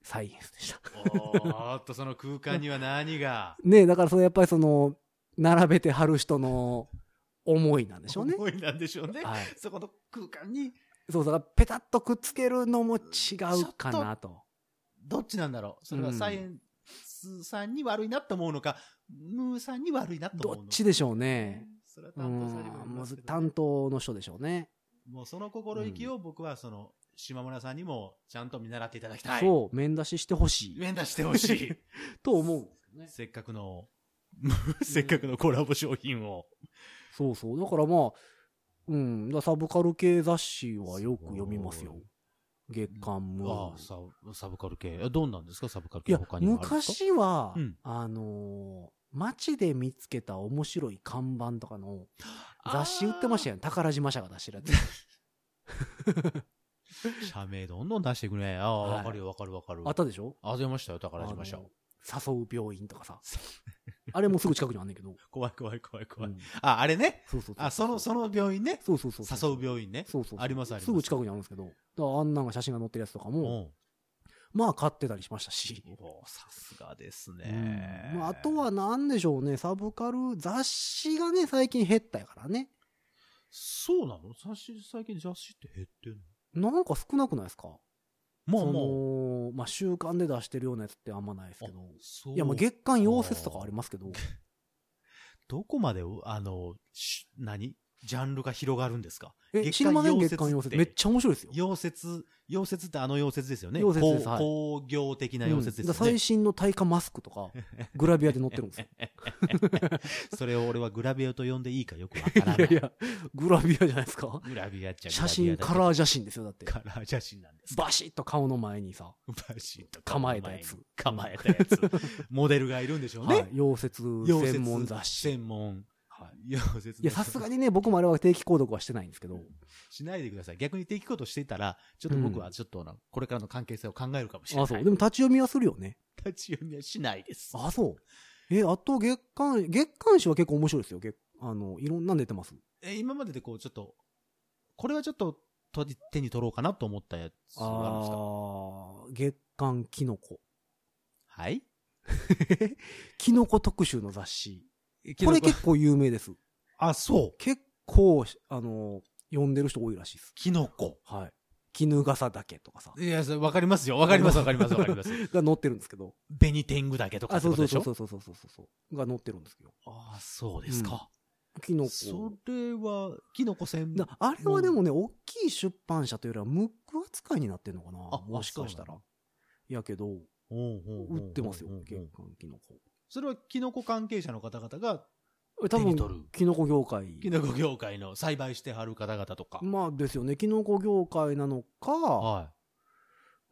サイエンスでした。 おーっと、その空間には何がねえ、だからそれやっぱりその、並べて貼る人の思いなんでしょうね。 思いなんでしょうね。はい、そこの空間に。 そうそう、ペタッとくっつけるのも違うかなと。 どっちなんだろう。それはサイエンスさんに悪いなと思うのか、うん、ムーさんに悪いなと思うのか。 どっちでしょうね。 それは担当される、ね、 まず担当の人でしょうね。 もうその心意気を僕はその、島村さんにもちゃんと見習っていただきたい。 そう、面出ししてほしい。 面出してほしい。 と思うんですよね。 せっかくの、せっかくのコラボ商品を。 そうそう。だからまあ、うん、だサブカル系雑誌はよく読みますよ。月刊ムー。 ああ、サブ、サブカル系。どうなんですか、サブカル系。他にはあるんですか？ 昔は、うん、あのー、街で見つけた面白い看板とかの雑誌売ってましたよね。宝島社が出してるやつ。社名どんどん出してくれ。ああ、わかるよ、わかるわかる。 あったでしょ？ あ、出ましたよ、宝島社。 誘う病院とかさ。あれもすぐ近くにあんねんけど。 怖い怖い怖い怖い。うん、あ、あれね。 そうそうそう。 あ、その、その病院ね。 そうそうそうそう。誘う病院ね。 そうそうそう。 ありますあります。 すぐ近くにあるんですけど。だからあんなんが写真が載ってるやつとかも、まあ買ってたりしましたし。 おさすがですね。 うん、まあ、あとはなんでしょうね。サブカル雑誌がね、最近減ったやからね。 そうなの？雑誌、最近雑誌って減ってんの？なんか少なくないですか？ まあもう、まあ週刊で出してるようなやつってあんまないですけど。いや、まあ月刊溶接とかありますけど。 どこまで、あの、何ジャンルが広がるんですか？ え、知りません？月刊溶接。めっちゃ面白いですよ。 溶接、溶接ってあの溶接ですよね。 溶接です。はい、 工業的な溶接ですよね。 うん、最新の耐火マスクとか、グラビアで載ってるんですよ。 それを俺はグラビアと呼んでいいかよくわからない。 いやいや、グラビアじゃないですか。 グラビアじゃ写真、カラー写真ですよ、だって。 カラー写真なんです。 バシッと顔の前にさ、 バシッと構えたやつ。 構えたやつ。モデルがいるんでしょうね。はい、 溶接専門雑誌。 専門。 はい、いや、さすがにね、僕もあれは定期購読はしてないんですけど。 しないでください。逆に定期購読していたら、ちょっと僕はちょっと、うん、これからの関係性を考えるかもしれない。 あ、そう。でも立ち読みはするよね。 立ち読みはしないです。 あ、そう。え、あと月刊、月刊誌は結構面白いですよ。月、あの、いろんなの出てます。 え、今まででこう、ちょっと、これはちょっと手に取ろうかなと思ったやつはあるんですか？ ああ、月刊キノコ。 はい。 キノコ特集の雑誌。これ結構有名です。 あ、そう。 結構、あの、読んでる人多いらしいです。 キノコ。 はい。絹笠岳とかさ。 いや、わかりますよ。わかります、わかります、わかります。 が載ってるんですけど。 紅天狗岳とかってことでしょ？ あ、そうそうそうそうそうそう。が載ってるんですけど。 ああ、そうですか。 うん、キノコ。 それは、キノコ専門。 あれはでもね、大きい出版社というよりは、ムック扱いになってんのかな？あ、もしかしたら。やけど、売ってますよ、月刊キノコ。 それはキノコ関係者の方々が、 多分、キノコ業界。 キノコ業界の栽培してはる方々とか。 まあですよね。キノコ業界なのか、はい、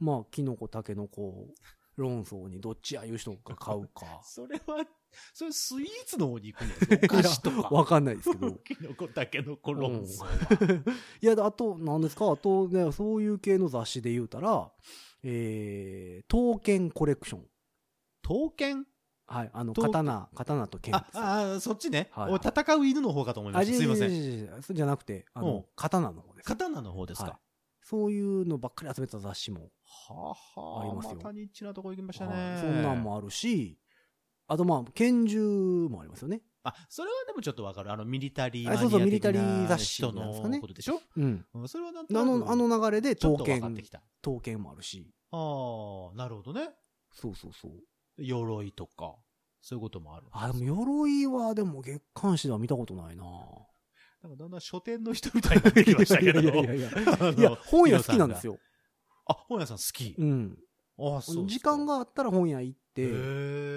まあ、キノコ、タケノコ論争にどっちやいう人が買うか。 それは、それスイーツの方に行くんですか？お菓子とか。 わかんないですけど。 キノコ、タケノコ論争は。 いや、あと、何ですか？あとね、そういう系の雑誌で言うたら、えー、刀剣コレクション。 刀剣？ はい。あの、刀、刀と剣。 あ、あ、そっちね。はいはい、戦う犬の方かと思いました。すいません。 そうじゃなくて、あの、刀の方です。 刀の方ですか、はい。 そういうのばっかり集めた雑誌も。 はあ、はあ、ありますよ。またニッチなとこ行きましたね、 はい。そんなんもあるし、あとまあ、拳銃もありますよね。 あ、それはでもちょっとわかる。あの、ミリタリーマニア的な。そうそう、ミリタリー雑誌のことでしょ？ うん。 それはなんとなくあの、あの流れで刀剣、 刀剣もあるし。 ああ、なるほどね。 そうそうそう。 鎧とか。そういうこともある。 あ、でも鎧はでも月刊誌では見たことないな。 なんかだんだん書店の人みたいになってきましたけど。いやいやいやいや。 いや、本屋好きなんですよ。 あ、本屋さん好き。 うん。 あ、そう。 時間があったら本屋行って、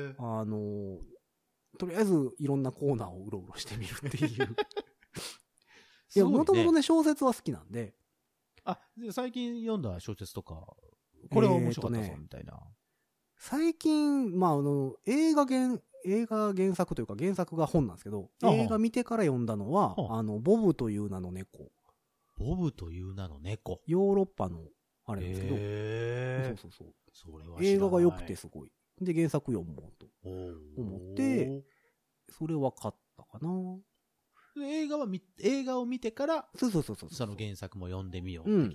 あの、とりあえずいろんなコーナーをうろうろしてみるっていう。いや、もともとね、小説は好きなんで。 あ、最近読んだ小説とか、これは面白かったぞ、みたいな。 最近、まあ、あの、映画原、映画原作というか原作が本なんですけど、映画見てから読んだのは、あの、ボブという名の猫。 ボブという名の猫。 ヨーロッパの、あれですけど。 へそうそうそう。 それは映画が良くてすごい。で、原作読もうと思って、それは買ったかな。 映画は見、映画を見てから、 そうそうそうそう。 その原作も読んでみよう的な。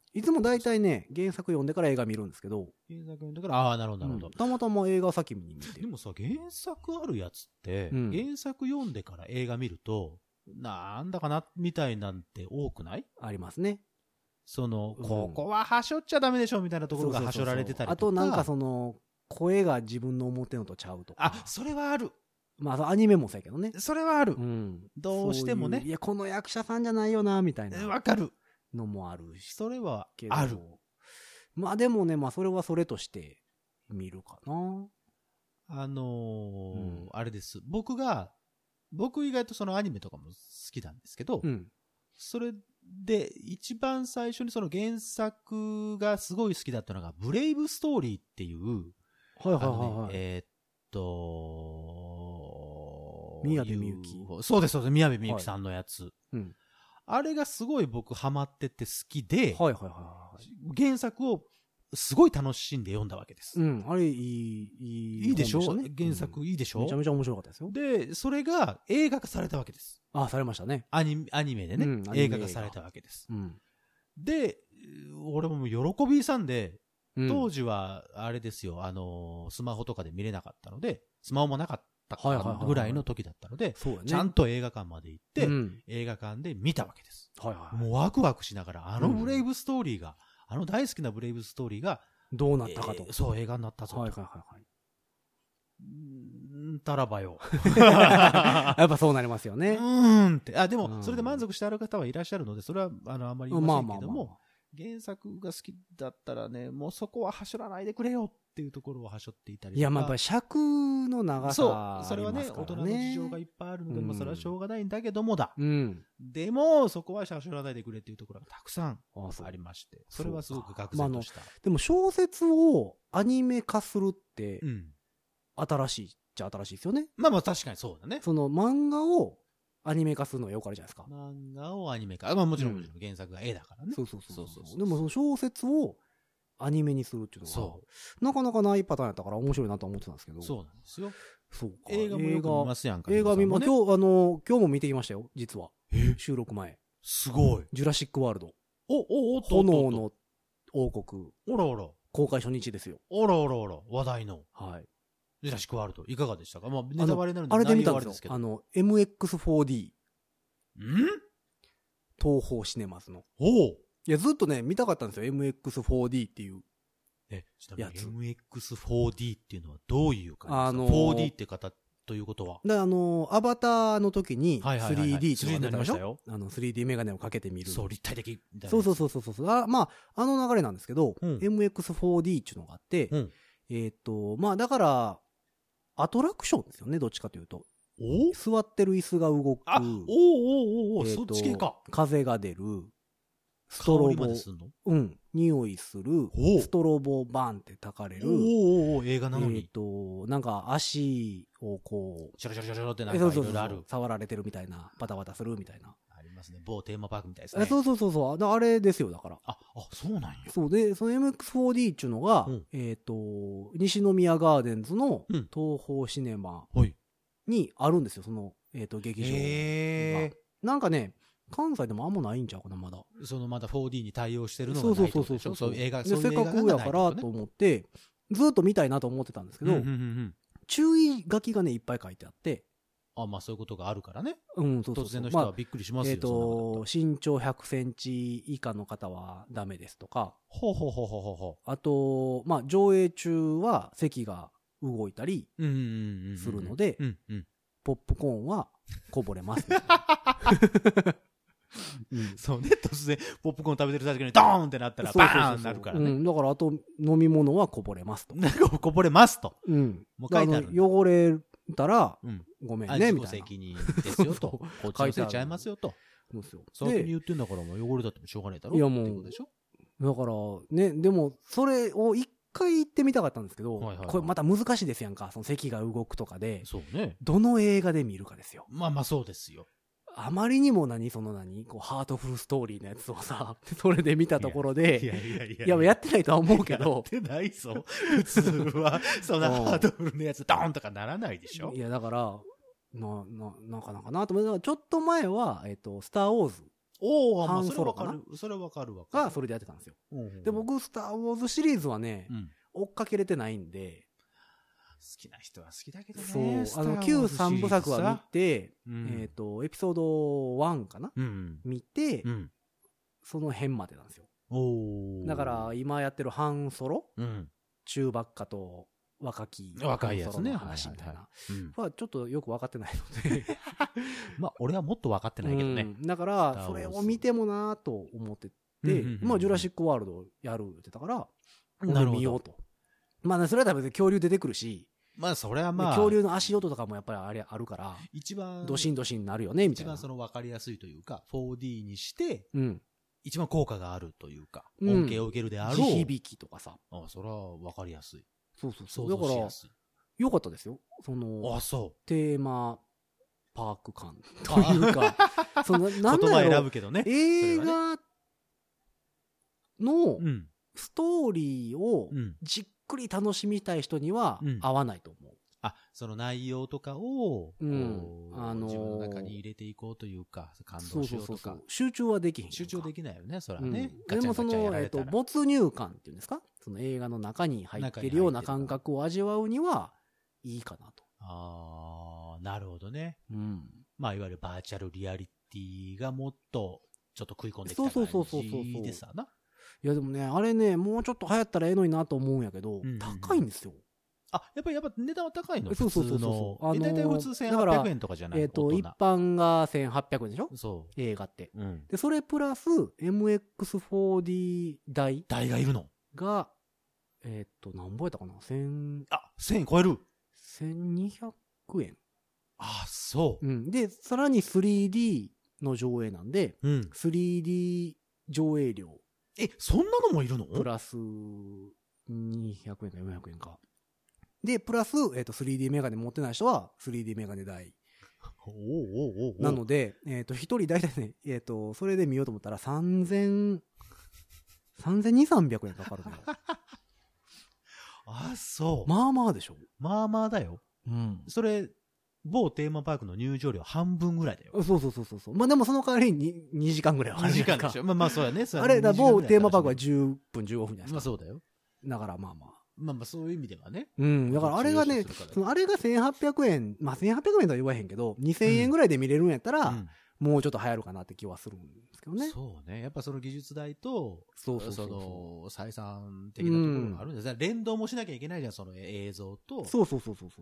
いつも大体ね、原作読んでから映画見るんですけど。 原作読んでから、ああ、なるほど、なるほど、うん。 たまたま映画先に見て。 でもさ、原作あるやつって、うん、原作読んでから映画見ると、なんだかな、みたいなんて多くない？ ありますね。 その、うん、ここははしょっちゃダメでしょみたいなところがはしょられてたりとか。 あとなんかその、声が自分の思ってるのとちゃうとか。 あ、それはある。 まあ、アニメもそうやけどね。 それはある。うん。どうしてもね。 ういういや、この役者さんじゃないよな、みたいな。 わかる。 のもあるし。 それはある。 まあでもね、まあそれはそれとして見るかな。 あのーうん、あれです。僕が、僕意外とそのアニメとかも好きなんですけど、うん、それで一番最初にその原作がすごい好きだったのが、ブレイブストーリーっていう、 はいはいはいはい、 ね、えー、っと、 宮部みゆき。 そうです、そうです、宮部みゆきさんのやつ。はい、うん、あれがすごい僕ハマってて好きで、 はいはいはい、 原作をすごい楽しんで読んだわけです。 うん、あれいい、いい、いいでしょ、ね、原作いいでしょ、 うん、めちゃめちゃ面白かったですよ。 で、それが映画化されたわけです。 ああ、されましたね。 アニ、アニメでね、うん、映画化されたわけです。うん、で、俺も喜びさんで、うん、当時はあれですよ、あのー、スマホとかで見れなかったので、スマホもなかったぐらいの時だったので、ちゃんと映画館まで行って、うん、映画館で見たわけです。はいはい、もうワクワクしながら、あのブレイブストーリーが、うん、あの大好きなブレイブストーリーが、 どうなったかと。 えー、そう、映画になったぞと。はいはいはいはい。んたらばよ。 やっぱそうなりますよね。 うーんって。あ、でも、それで満足してある方はいらっしゃるので、それは、あの、あんまり言いませんけども、まあまあまあ、原作が好きだったらね、もうそこははしょらないでくれよっていうところをはしょっていたりとか。 いや、まあやっぱり尺の長さ、 ね。そう。それはね、大人の事情がいっぱいあるので、うん、まあそれはしょうがないんだけどもだ。うん。でも、そこははしょらないでくれっていうところがたくさんありまして、それはすごく愕然とした。まあ、 でも小説をアニメ化するって、うん、新しいっちゃ新しいですよね。 まあまあ確かにそうだね。 その漫画をアニメ化するのはよくあるじゃないですか。 漫画をアニメ化。まあもちろんもちろん原作が絵だからね。 そうそうそうそう。でもその小説をアニメにするっていうのが、なかなかないパターンやったから面白いなと思ってたんですけど。 そうなんですよ。 そうか。 映画もよく見ますやんか。 映画見ま、今日、あの、今日も見てきましたよ、実は。収録前。 すごい。 ジュラシックワールド。 お、お、お、 炎の王国。 おらおら。 公開初日ですよ。 おらおらおら。話題の。 はい。 ジュラシックワールド。いかがでしたか？まあ、ネタバレになるんであれで見たんですよ。あの、エムエックスフォーディー。 ん？ 東宝シネマズの。 おお。 いや、ずっとね、見たかったんですよ。エムエックスフォーディー っていう。 え、ちなみに エムエックスフォーディー っていうのはどういう感じですか？あのー、フォーディー って方ということは。 で、あのー、アバターの時に スリーディー っていうのが出たでしょ？ はいはいはいはい、スリーディー になりましたよ。 あの、スリーディー メガネをかけて見る。 そう、立体的みたいな。 そうそうそうそうそう。あ、まあ、あの流れなんですけど、うん、エムエックスフォーディー っていうのがあって、うん、えー、っと、まあ、だから、アトラクションですよね、どっちかというと。 お座ってる椅子が動く。 あ、おーおーおーおー、そっち系か。 風が出る。ストロボ。うん。匂いする。ストロボバンって焚かれる。 おーおーおー、映画なのに。 えっと、なんか足をこう。 シャラシャラシャラってなんかいろいろある。そうそうそう。 触られてるみたいな。バタバタするみたいな。 ありますね。某テーマパークみたいですね。 そうそうそうそう。あれですよ、だから。 あ、あ、そうなんや。 そうで、その エムエックスフォーディー っていうのが、うん、えっと、西宮ガーデンズの東宝シネマにあるんですよ、その、えっと、劇場が。 へー。 なんかね、関西でもあんまないんちゃうかな、まだ。 そのまだ フォーディー に対応してるのがないってことでしょ？ そうそうそうそう。 そう映画、 で、せっかくやからと思って、ずっと見たいなと思ってたんですけど、うんうんうんうん、注意書きがね、いっぱい書いてあって、 あ、まあそういうことがあるからね。 うん、そうそうそう。 突然の人はびっくりしますよ。まあ、 えっと、身長ひゃくセンチ以下の方はダメですとか。 ほうほうほうほうほう。 あと、まあ上映中は席が動いたりするので、ポップコーンはこぼれます。 うん、そうね、突然ポップコーン食べてる最中にドーンってなったらバーンってなるからね。 うん、だからあと飲み物はこぼれますと。 こぼれますと。 うん。 もう書いてある。 汚れたら、うん、ごめんね、みたいな。 自己責任ですよと。こっちのせいちゃいますよと。 そうですよ。 先に言ってんだからもう汚れたってもしょうがないだろ。いやもう。ってことでしょ？ だから、ね、でも、それを一回言ってみたかったんですけど、はいはいはい、これまた難しいですやんか。その席が動くとかで。 そうね。 どの映画で見るかですよ。 まあまあそうですよ。 あまりにも何その何こうハートフルストーリーのやつをさ、それで見たところで、いやいやいやいや、いややってないとは思うけど。 やってないぞ。普通は、そんなハートフルのやつドーンとかならないでしょ。 いやだから、な、な、なんかなんかなと思って、ちょっと前は、えっと、スターウォーズ。 おー、ハンソロかな、まあ、それはわかるわかる。 が、それでやってたんですよ。で、僕、スター・ウォーズシリーズはね、うん、追っかけれてないんで、 好きな人は好きだけどね。 そう。あの、旧三部作は見て、うん、えっ、ー、と、エピソードワンかな、うん、見て、うん、その辺までなんですよ。おだから、今やってるハンソロ、うん、中ばっかと若き、 若いやつね。 話みたいな。はちょっとよく分かってないので。 まあ、俺はもっと分かってないけどね。うん、 だから、それを見てもなぁと思ってて、まあ、ジュラシックワールドやるってたから、なる見ようと。まあ、それは多分恐竜出てくるし、 まあ、それはまあ。 恐竜の足音とかもやっぱりあれあるから、 一番、 ドシンドシンになるよね、みたいな。 一番その分かりやすいというか、フォーディー にして、うん、一番効果があるというか、うん、恩恵を受けるであろう。 地響きとかさ。 ああ、それは分かりやすい。 そうそうそう。だから、よかったですよ。その、 あ、そう。 テーマ、パーク感というか、その、なんだろう。 言葉選ぶけどね。 映画のストーリーをじっくり楽しみたい人には合わないと思う。うん、 あ、その内容とかを、うん、あのー、自分の中に入れていこうというか、感動しようとか。そうそうそう、 集中はできへん。 集中できないよね、それはね。 うん、でもその、えっと、没入感っていうんですか、その映画の中に入ってるような感覚を味わうにはいいかなと。 ああ、なるほどね。うん。まあ、いわゆるバーチャルリアリティがもっと、ちょっと食い込んできた感じでさな。そうそうそうそうそう。 いやでもね、あれね、もうちょっと流行ったらええのになと思うんやけど、うんうんうん、高いんですよ。 あ、やっぱり、やっぱ値段は高いの？ そうそうそうそう。あのー、 大体普通せんはっぴゃくえんとかじゃない？ えっ、ー、と、一般がせんはっぴゃくえんでしょ？そう。映画って。うん。で、それプラス エムエックスフォーディー 台。 台がいるの？ が、えっ、ー、と、何ぼやったかな？ せん。 あ、せん超える？ せんにひゃくえん。 あ、そう。 うん。で、さらに スリーディー の上映なんで、うん、スリーディー 上映料。 え、そんなのもいるの？ プラスにひゃくえんかよんひゃくえんか。で、プラス、えっ、ー、と、スリーディー メガネ持ってない人は、スリーディー メガネ代。おーおーおーおーなので、えっ、ー、と、一人大体ね、えっ、ー、と、それで見ようと思ったらさんぜん、さんぜんにひゃく、さんびゃくえんかかるのよ。 あ、そう。 まあまあでしょ？ まあまあだよ。うん。それ、某テーマパークの入場料半分ぐらいだよ。 そうそうそうそう。まあでもその代わりににじかんぐらいはあるじゃないですか。 にじかんでしょ。まあまあそうやね。 あれだ、某テーマパークはじゅっぷん、じゅうごふんじゃないですか。 まあそうだよ。 だからまあまあ。 まあまあそういう意味ではね。 うん。だからあれがね、そのあれがせんはっぴゃくえん、まあせんはっぴゃくえんとは言わへんけど、にせんえんぐらいで見れるんやったら、うん、もうちょっと流行るかなって気はするんですけどね。 そうね。やっぱその技術代と、そうそうそうそうその採算的なところがあるんです、うん、連動もしなきゃいけないじゃん、その映像と。 そうそうそうそうそう。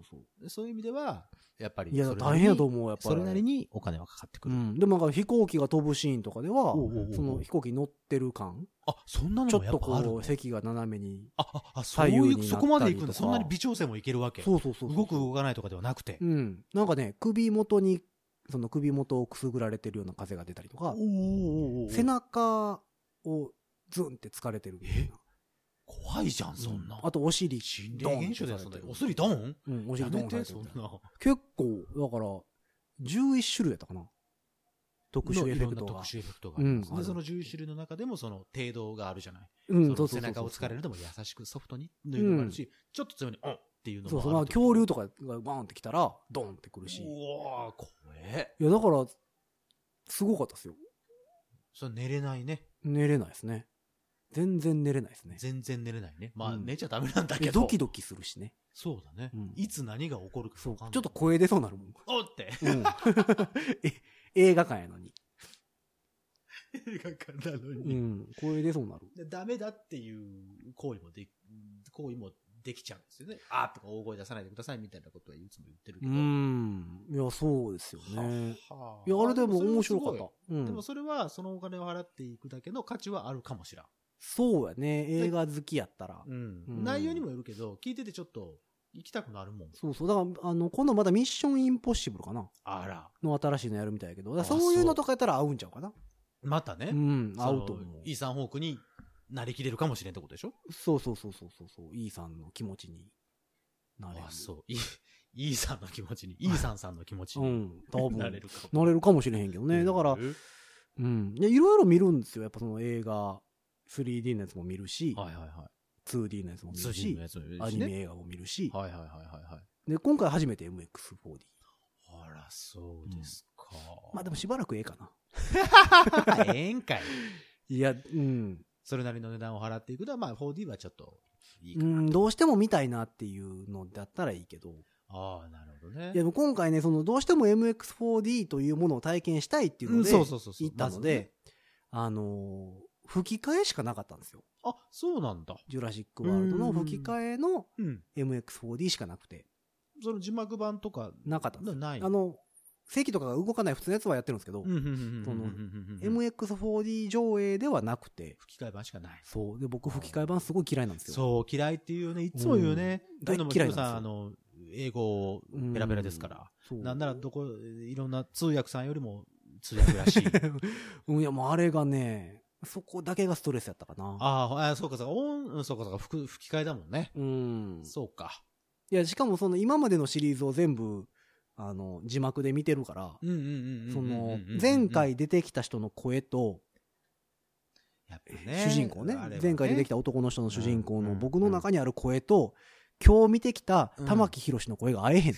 そういう意味では、やっぱり。 いや、大変やと思う、やっぱり。 それなりにお金はかかってくる。 うん。でもなんか飛行機が飛ぶシーンとかでは、おうおうおうその飛行機乗ってる感。 あ、そんなのもやっぱある。 ちょっとこう、席が斜めに。 あ、あ、あ、そういう、そこまで行くんだ。そんなに微調整もいけるわけ。 そうそうそうそう。 動く動かないとかではなくて。 うん。なんかね、首元に、その首元をくすぐられてるような風が出たりとか、背中をズンって疲れてるみたいな。 怖いじゃん、そんな。 うん、あと、お尻、 心霊現象だよ、そんな。お尻ドン？ うん、お尻ドン。やめて、 そんな。 結構、だから、じゅういち種類やったかな。特殊エフェクトが。 特殊エフェクトがあるんです。で、そのじゅういち種類の中でも、その程度があるじゃない。うん、その背中を疲れるでも優しくソフトに、のいうのもあるし、ちょっと強めに、おんっていうのもある。そうそう、まあ、 恐竜とかがバーンってきたら、ドンってくるし。 うわー、怖え。 いや、だから、すごかったですよ。 それ寝れないね。 寝れないですね。全然寝れないですね。 全然寝れないね。まあ、寝ちゃダメなんだけど。 ドキドキするしね。 そうだね。いつ何が起こるか。 そう。ちょっと声出そうなるもん。 おって。 映画館やのに。 映画館なのに。 うん。声出そうなる。 ダメだっていう行為もで、行為もできちゃうんですよね。あーとか大声出さないでくださいみたいなことはいつも言ってるけど。うん。いや、そうですよね。はあ、いや、あれでも面白かった。 うん、でもそれは、そのお金を払っていくだけの価値はあるかもしらん。 そうやね。映画好きやったら。 うん。うん、内容にもよるけど、聞いててちょっと行きたくなるもん。 そうそう。だから、あの、今度まだミッションインポッシブルかな。 あら。 の新しいのやるみたいやけど、そういうのとかやったら合うんちゃうかな。 またね。 うん、合うと思う。 イーサン・ホークになりきれるかもしれんってことでしょ？ そうそうそうそうそう。イーサンの気持ちになれる。 あ、そう。イーサンの気持ちに、イーサンさんの気持ちに、うん、多分なれるか。 なれるかもしれへんけどね。だから、うん。いろいろ見るんですよ。やっぱその映画、スリーディー のやつも見るし、はいはいはい。ツーディー のやつも見るし、アニメ映画も見るし、はいはいはいはい。で、今回初めて エムエックスフォーディー。 あら、そうですか。 まあでもしばらくええかな。 ええんかい。 いや、うん。 それなりの値段を払っていくのは、まあ フォーディー はちょっといいかな。うん、どうしても見たいなっていうのだったらいいけど。 ああ、なるほどね。 いや、今回ね、その、どうしても エムエックスフォーディー というものを体験したいっていうので、行ったので、あの、吹き替えしかなかったんですよ。 あ、そうなんだ。 ジュラシックワールドの吹き替えの エムエックスフォーディー しかなくて。 その字幕版とかなかったんです。 ない。 あの、席とかが動かない普通のやつはやってるんですけど、その エムエックスフォーディー 上映ではなくて、 吹き替え版しかない。 そう。で、僕吹き替え版すごい嫌いなんですよ。 そう、嫌いっていうね、いつも言うね。大嫌いなんですよ。あの、英語ペラペラですから。なんならどこ、いろんな通訳さんよりも通訳らしい。 いや、もうあれがね、そこだけがストレスやったかな。 ああ、そうかそうか、音、そうかそうか、吹き、吹き替えだもんね。うん。そうか。 いや、しかもその今までのシリーズを全部、あの、字幕で見てるから、その、前回出てきた人の声と、 やっぱね、 主人公ね、前回出てきた男の人の主人公の僕の中にある声と、今日見てきた玉木宏の声が合えへんねん。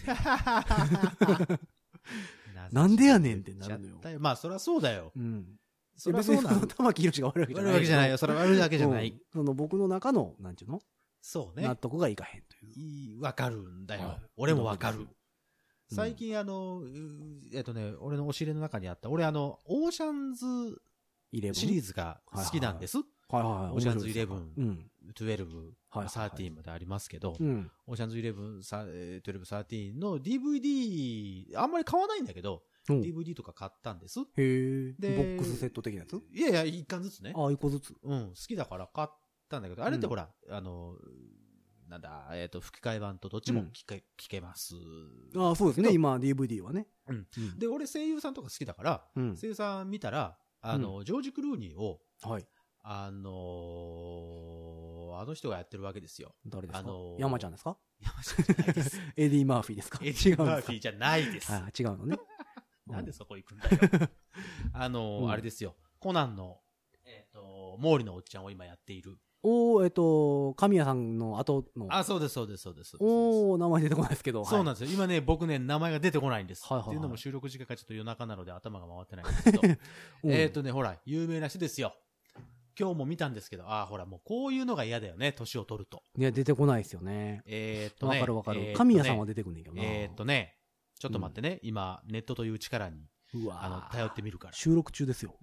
なんでやねんってなるのよ。 まあ、そりゃそうだよ。うん。 それはそうなの。玉木宏が悪いわけじゃない。悪いわけじゃないよ。それは悪いわけじゃない。 その僕の中の、なんちゅうの？ そうね。 納得がいかへんという。わかるんだよ。俺もわかる。最近あの、えっとね、俺の押し入れの中にあった、俺あの、オーシャンズシリーズが好きなんです。はいはいはい。オーシャンズイレブン、じゅうに、じゅうさんまでありますけど、オーシャンズイレブン、じゅうに、じゅうさんの ディーブイディー、あんまり買わないんだけど、ディーブイディー とか買ったんです。へえ。で、ボックスセット的なやつ？ いやいや、一巻ずつね。 ああ、一個ずつ。 うん、好きだから買ったんだけど、あれってほら、あの、なんだ、えっと、吹き替え版とどっちも聞け、うん、聞けます。 ああ、そうですね、今 ディーブイディー はね。 うん。うん、で、俺声優さんとか好きだから、うん、声優さん見たら、あの、うん、ジョージ・クルーニーを、はい。あのー、あの人がやってるわけですよ。 誰ですか？あのー、山ちゃんですか？ 山ちゃんじゃないです。 エディ・マーフィーですか？ エディ・マーフィーじゃないです。 ああ、違うのね。 なんでそこ行くんだよ。あのーうん、あれですよ。コナンの、えっ、ー、と、毛利のおっちゃんを今やっている。 おー、えっと、神谷さんの後の。 あ、そうです、そうです、そうです。 おー、名前出てこないですけど。 そうなんですよ。今ね、僕ね、名前が出てこないんです。はいはいはい、っていうのも収録時間がちょっと夜中なので頭が回ってないんですけど。えっとね、ほら、有名な人ですよ。今日も見たんですけど、ああ、ほら、もうこういうのが嫌だよね、年を取ると。 いや、出てこないですよね。 えっとね。 わかるわかる。神谷さんは出てくんねんけどな。 えっとね、ちょっと待ってね、うん、今、ネットという力に。うわあの、頼ってみるから。 収録中ですよ。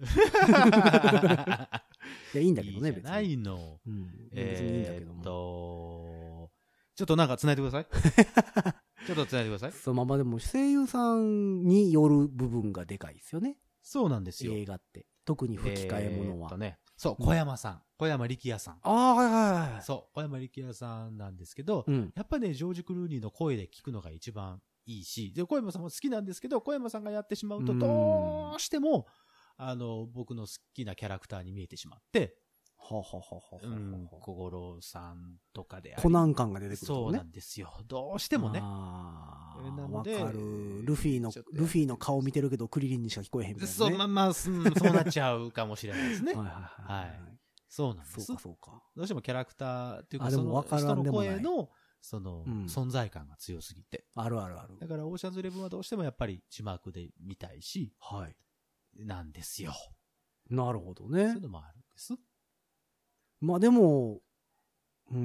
いや、いいんだけどね、 別に。ないの。 うん。別にいいんだけども。 えー、っと、ちょっとなんか繋いでください。ちょっと繋いでください。 そう、まあまあでも声優さんによる部分がでかいですよね。 そうなんですよ。 映画って。特に吹き替えものは。 えー、っとね。そう、小山さん。うん、小山力也さん。 ああ、はいはいはい。 そう、小山力也さんなんですけど、うん、やっぱね、ジョージ・クルーニーの声で聞くのが一番いいし、で、小山さんも好きなんですけど、小山さんがやってしまうと、どうしても、あの、僕の好きなキャラクターに見えてしまって、ははははうん、小五郎さんとかであり。 コナン感が出てくる、ね。 そうなんですよ。どうしてもね。 ああ、なので。わかる。ルフィの、ルフィの顔見てるけど、クリリンにしか聞こえへんみたいな、ね。 そう、まあまあ、そうなっちゃうかもしれないですね。はいはいはい。はい。そうなんです。 そうかそうか。 どうしてもキャラクターっていうか、その人の声の、その、うん、存在感が強すぎて。 あるあるある。 だから、オーシャンズイレブンはどうしてもやっぱり字幕で見たいし、はい。なんですよ。 なるほどね。 そういうのもあるんです。 まあでも、うん、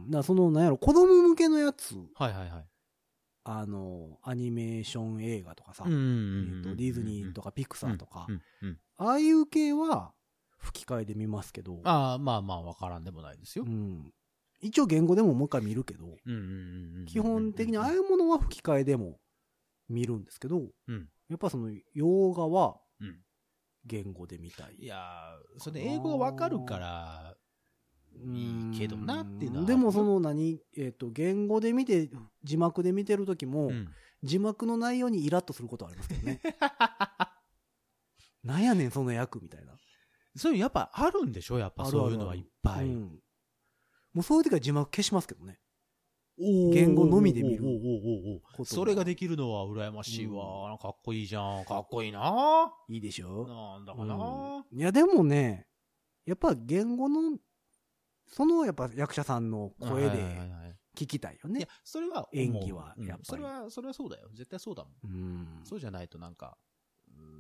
だその、なんやろ、子供向けのやつ。 はいはいはい。 あの、アニメーション映画とかさ、ディズニーとかピクサーとか、ああいう系は吹き替えで見ますけど。 ああ、まあまあわからんでもないですよ。 うん。一応言語でももう一回見るけど、基本的にああいうものは吹き替えでも見るんですけど、うん、やっぱその洋画は言語で見たい。 いやー、それ英語がわかるからいいけどなっていうのは。 でもその何、えっと、言語で見て、字幕で見てるときも、うん、字幕の内容にイラッとすることはありますけどね。なんやねんその役みたいな。 そういうやっぱあるんでしょやっぱそういうのはいっぱい。あるあるある、うんもうそういう時は字幕消しますけどね。言語のみで見る。 それができるのは羨ましいわ。うん、かっこいいじゃん。かっこいいな。 いいでしょ。 なんだかな、 うん。いやでもね、やっぱ言語の、そのやっぱ役者さんの声で聞きたいよね。いや、 それは演技はやっぱり、 うん。それは、それはそうだよ。絶対そうだもん。うん、そうじゃないとなんか、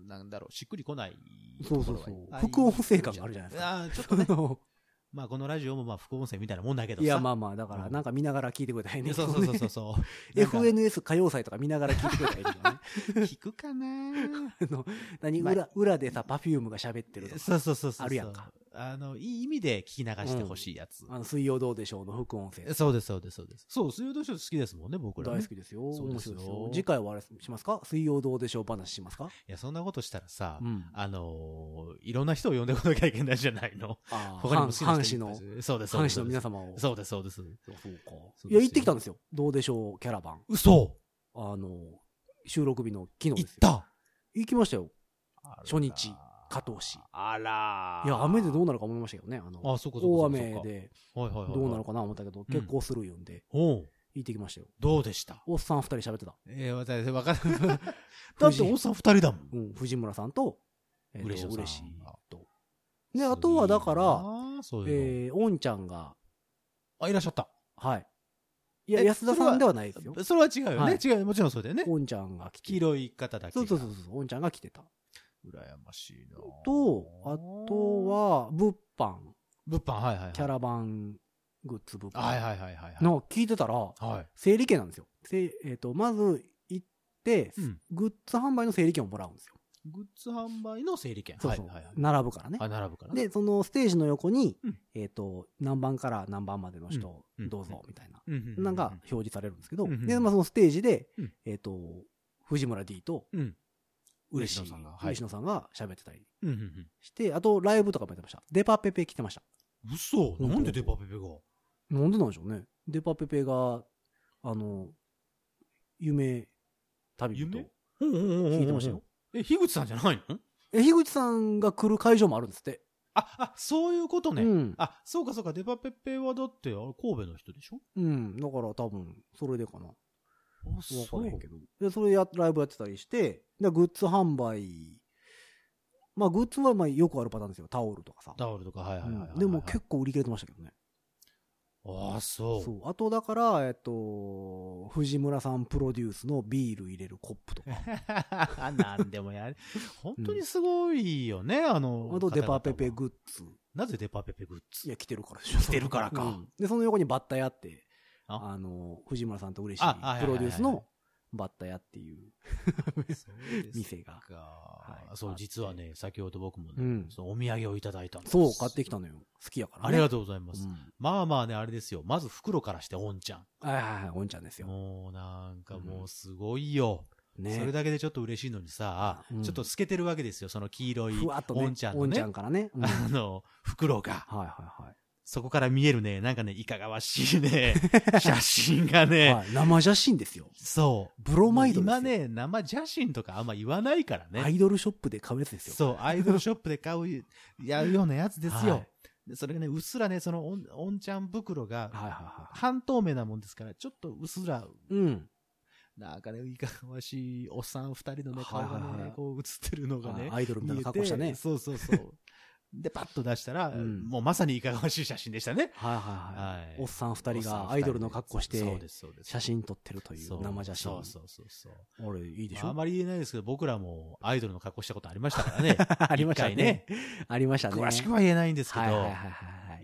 なんだろう、しっくりこない。 そうそうそう。副音声感があるじゃないですか。 ああ、ちょっとね。まあこのラジオもまあ副音声みたいなもんだけどさ。 いやまあまあだからなんか見ながら聞いてくれたらいいね。 そうそうそうそう。 エフエヌエス 歌謡祭とか見ながら聞いてくれたらいいね。 聞くかなあの、何裏、裏でさ、パフュームが喋ってるとか。 そうそうそうそう。 あるやんか。 あの、いい意味で聞き流してほしいやつ。 あの、水曜どうでしょうの副音声。 そうです、そうです、そうです。そう、水曜どうでしょう好きですもんね、僕ら。 大好きですよ。面白いですよ。次回はあれしますか？水曜どうでしょう話しますか？ いや、そんなことしたらさ、あの、いろんな人を呼んでこなきゃいけないじゃないの。他にも阪神の。 そうです、 阪神の皆様を。 そうです、そうです。そうか。いや、行ってきたんですよ。どうでしょうキャラバン。 嘘あの、収録日の昨日ですよ。 行った行きましたよ。初日。加藤市。 あらいや、雨でどうなるか思いましたけどね。あの、 あ、そうかそうか大雨で、どうなるかな思ったけど、結構する言うんで、行ってきましたよ。 どうでした？ おっさん二人喋ってた。 ええ、私、わかる。だっておっさん二人だもん。 うん、藤村さんと、 嬉しい。 嬉しいと。で、あとはだから、えー、おんちゃんが。 あ、いらっしゃった。 はい。いや、安田さんではないですよ。 それは違うよね。違う、もちろんそうだよね。 おんちゃんが来て。 黄色い方だけ。 そうそうそう、おんちゃんが来てた。 羨ましいな。 と、あとは、物販。 物販、はいはい。 キャラバングッズ物販。 はいはいはいはい。 の聞いてたら、整理券なんですよ。えっと、まず行って、グッズ販売の整理券をもらうんですよ。 グッズ販売の整理券。 そうそう。並ぶからね。 あ、並ぶからね。で、そのステージの横に、えっと、何番から何番までの人、どうぞ、みたいな。なんか表示されるんですけど、で、まあそのステージで、えっと、藤村 D と、嬉しい。嬉野さんが喋ってたりして、あとライブとかもやってました。デパペペ来てました。 嘘？なんでデパペペが？ なんでなんでしょうね。デパペペが、あの、夢、旅人、聞いてましたよ。 え、樋口さんじゃないの？ え、樋口さんが来る会場もあるんですって。 あ、あ、そういうことね。うん。あ、そうかそうか、デパペペはだって、あれ神戸の人でしょ？うん。 だから多分、それでかな。あ、そう。わからへんけど。で、それや、ライブやってたりして、で、グッズ販売。まあ、グッズはまあよくあるパターンですよ。タオルとかさ。 タオルとか、はいはいはい、はいうん。 でも結構売り切れてましたけどね。 ああ、そう。そう。 あと、だから、えっと、藤村さんプロデュースのビール入れるコップとか。 なんでもやる。本当にすごいよね、うん、あの。 あと、デパペペグッズ。 なぜデパペペグッズ？ いや、来てるからでしょ。 来てるからか。うん、 で、その横にバッタ屋って、あの、藤村さんと嬉しいプロデュースのバッタ屋っていう店が。 はい、そう、実はね、先ほど僕もね、うん、そのお土産をいただいたんです。 そう、買ってきたのよ。好きやからね。 ありがとうございます。うん、まあまあね、あれですよ。まず袋からしておんちゃん。 はいはいはい、おんちゃんですよ。 もうなんかもうすごいよ。うん、ね、それだけでちょっと嬉しいのにさ、うん、ちょっと透けてるわけですよ。その黄色いおんちゃんのね。 おんちゃんからね。 うん、あの、袋が。 はいはいはい。 そこから見えるね、なんかね、いかがわしいね、写真がね、はい。 生写真ですよ。 そう。 ブロマイドですよ。 今ね、生写真とかあんま言わないからね。 アイドルショップで買うやつですよ。 そう、アイドルショップで買う、やるようなやつですよ。はい、それがね、うっすらね、そのおん、おんちゃん袋が、半透明なもんですから、ちょっとうっすら、うん。なんかね、いかがわしいおっさん二人のね、顔がね、こう映ってるのがね。 アイドルみたいな格好したね。 そうそうそう。で、パッと出したら、うん、もうまさにいかがわしい写真でしたね。 はいはいはい。はい、おっさん二人がアイドルの格好して、写真撮ってるという生写真。 そうそうそうそう。 あれ、いいでしょ？ あまり言えないですけど、僕らもアイドルの格好したことありましたからね。 ありましたね。ありましたね。 詳しくは言えないんですけど、はいはいはいはい、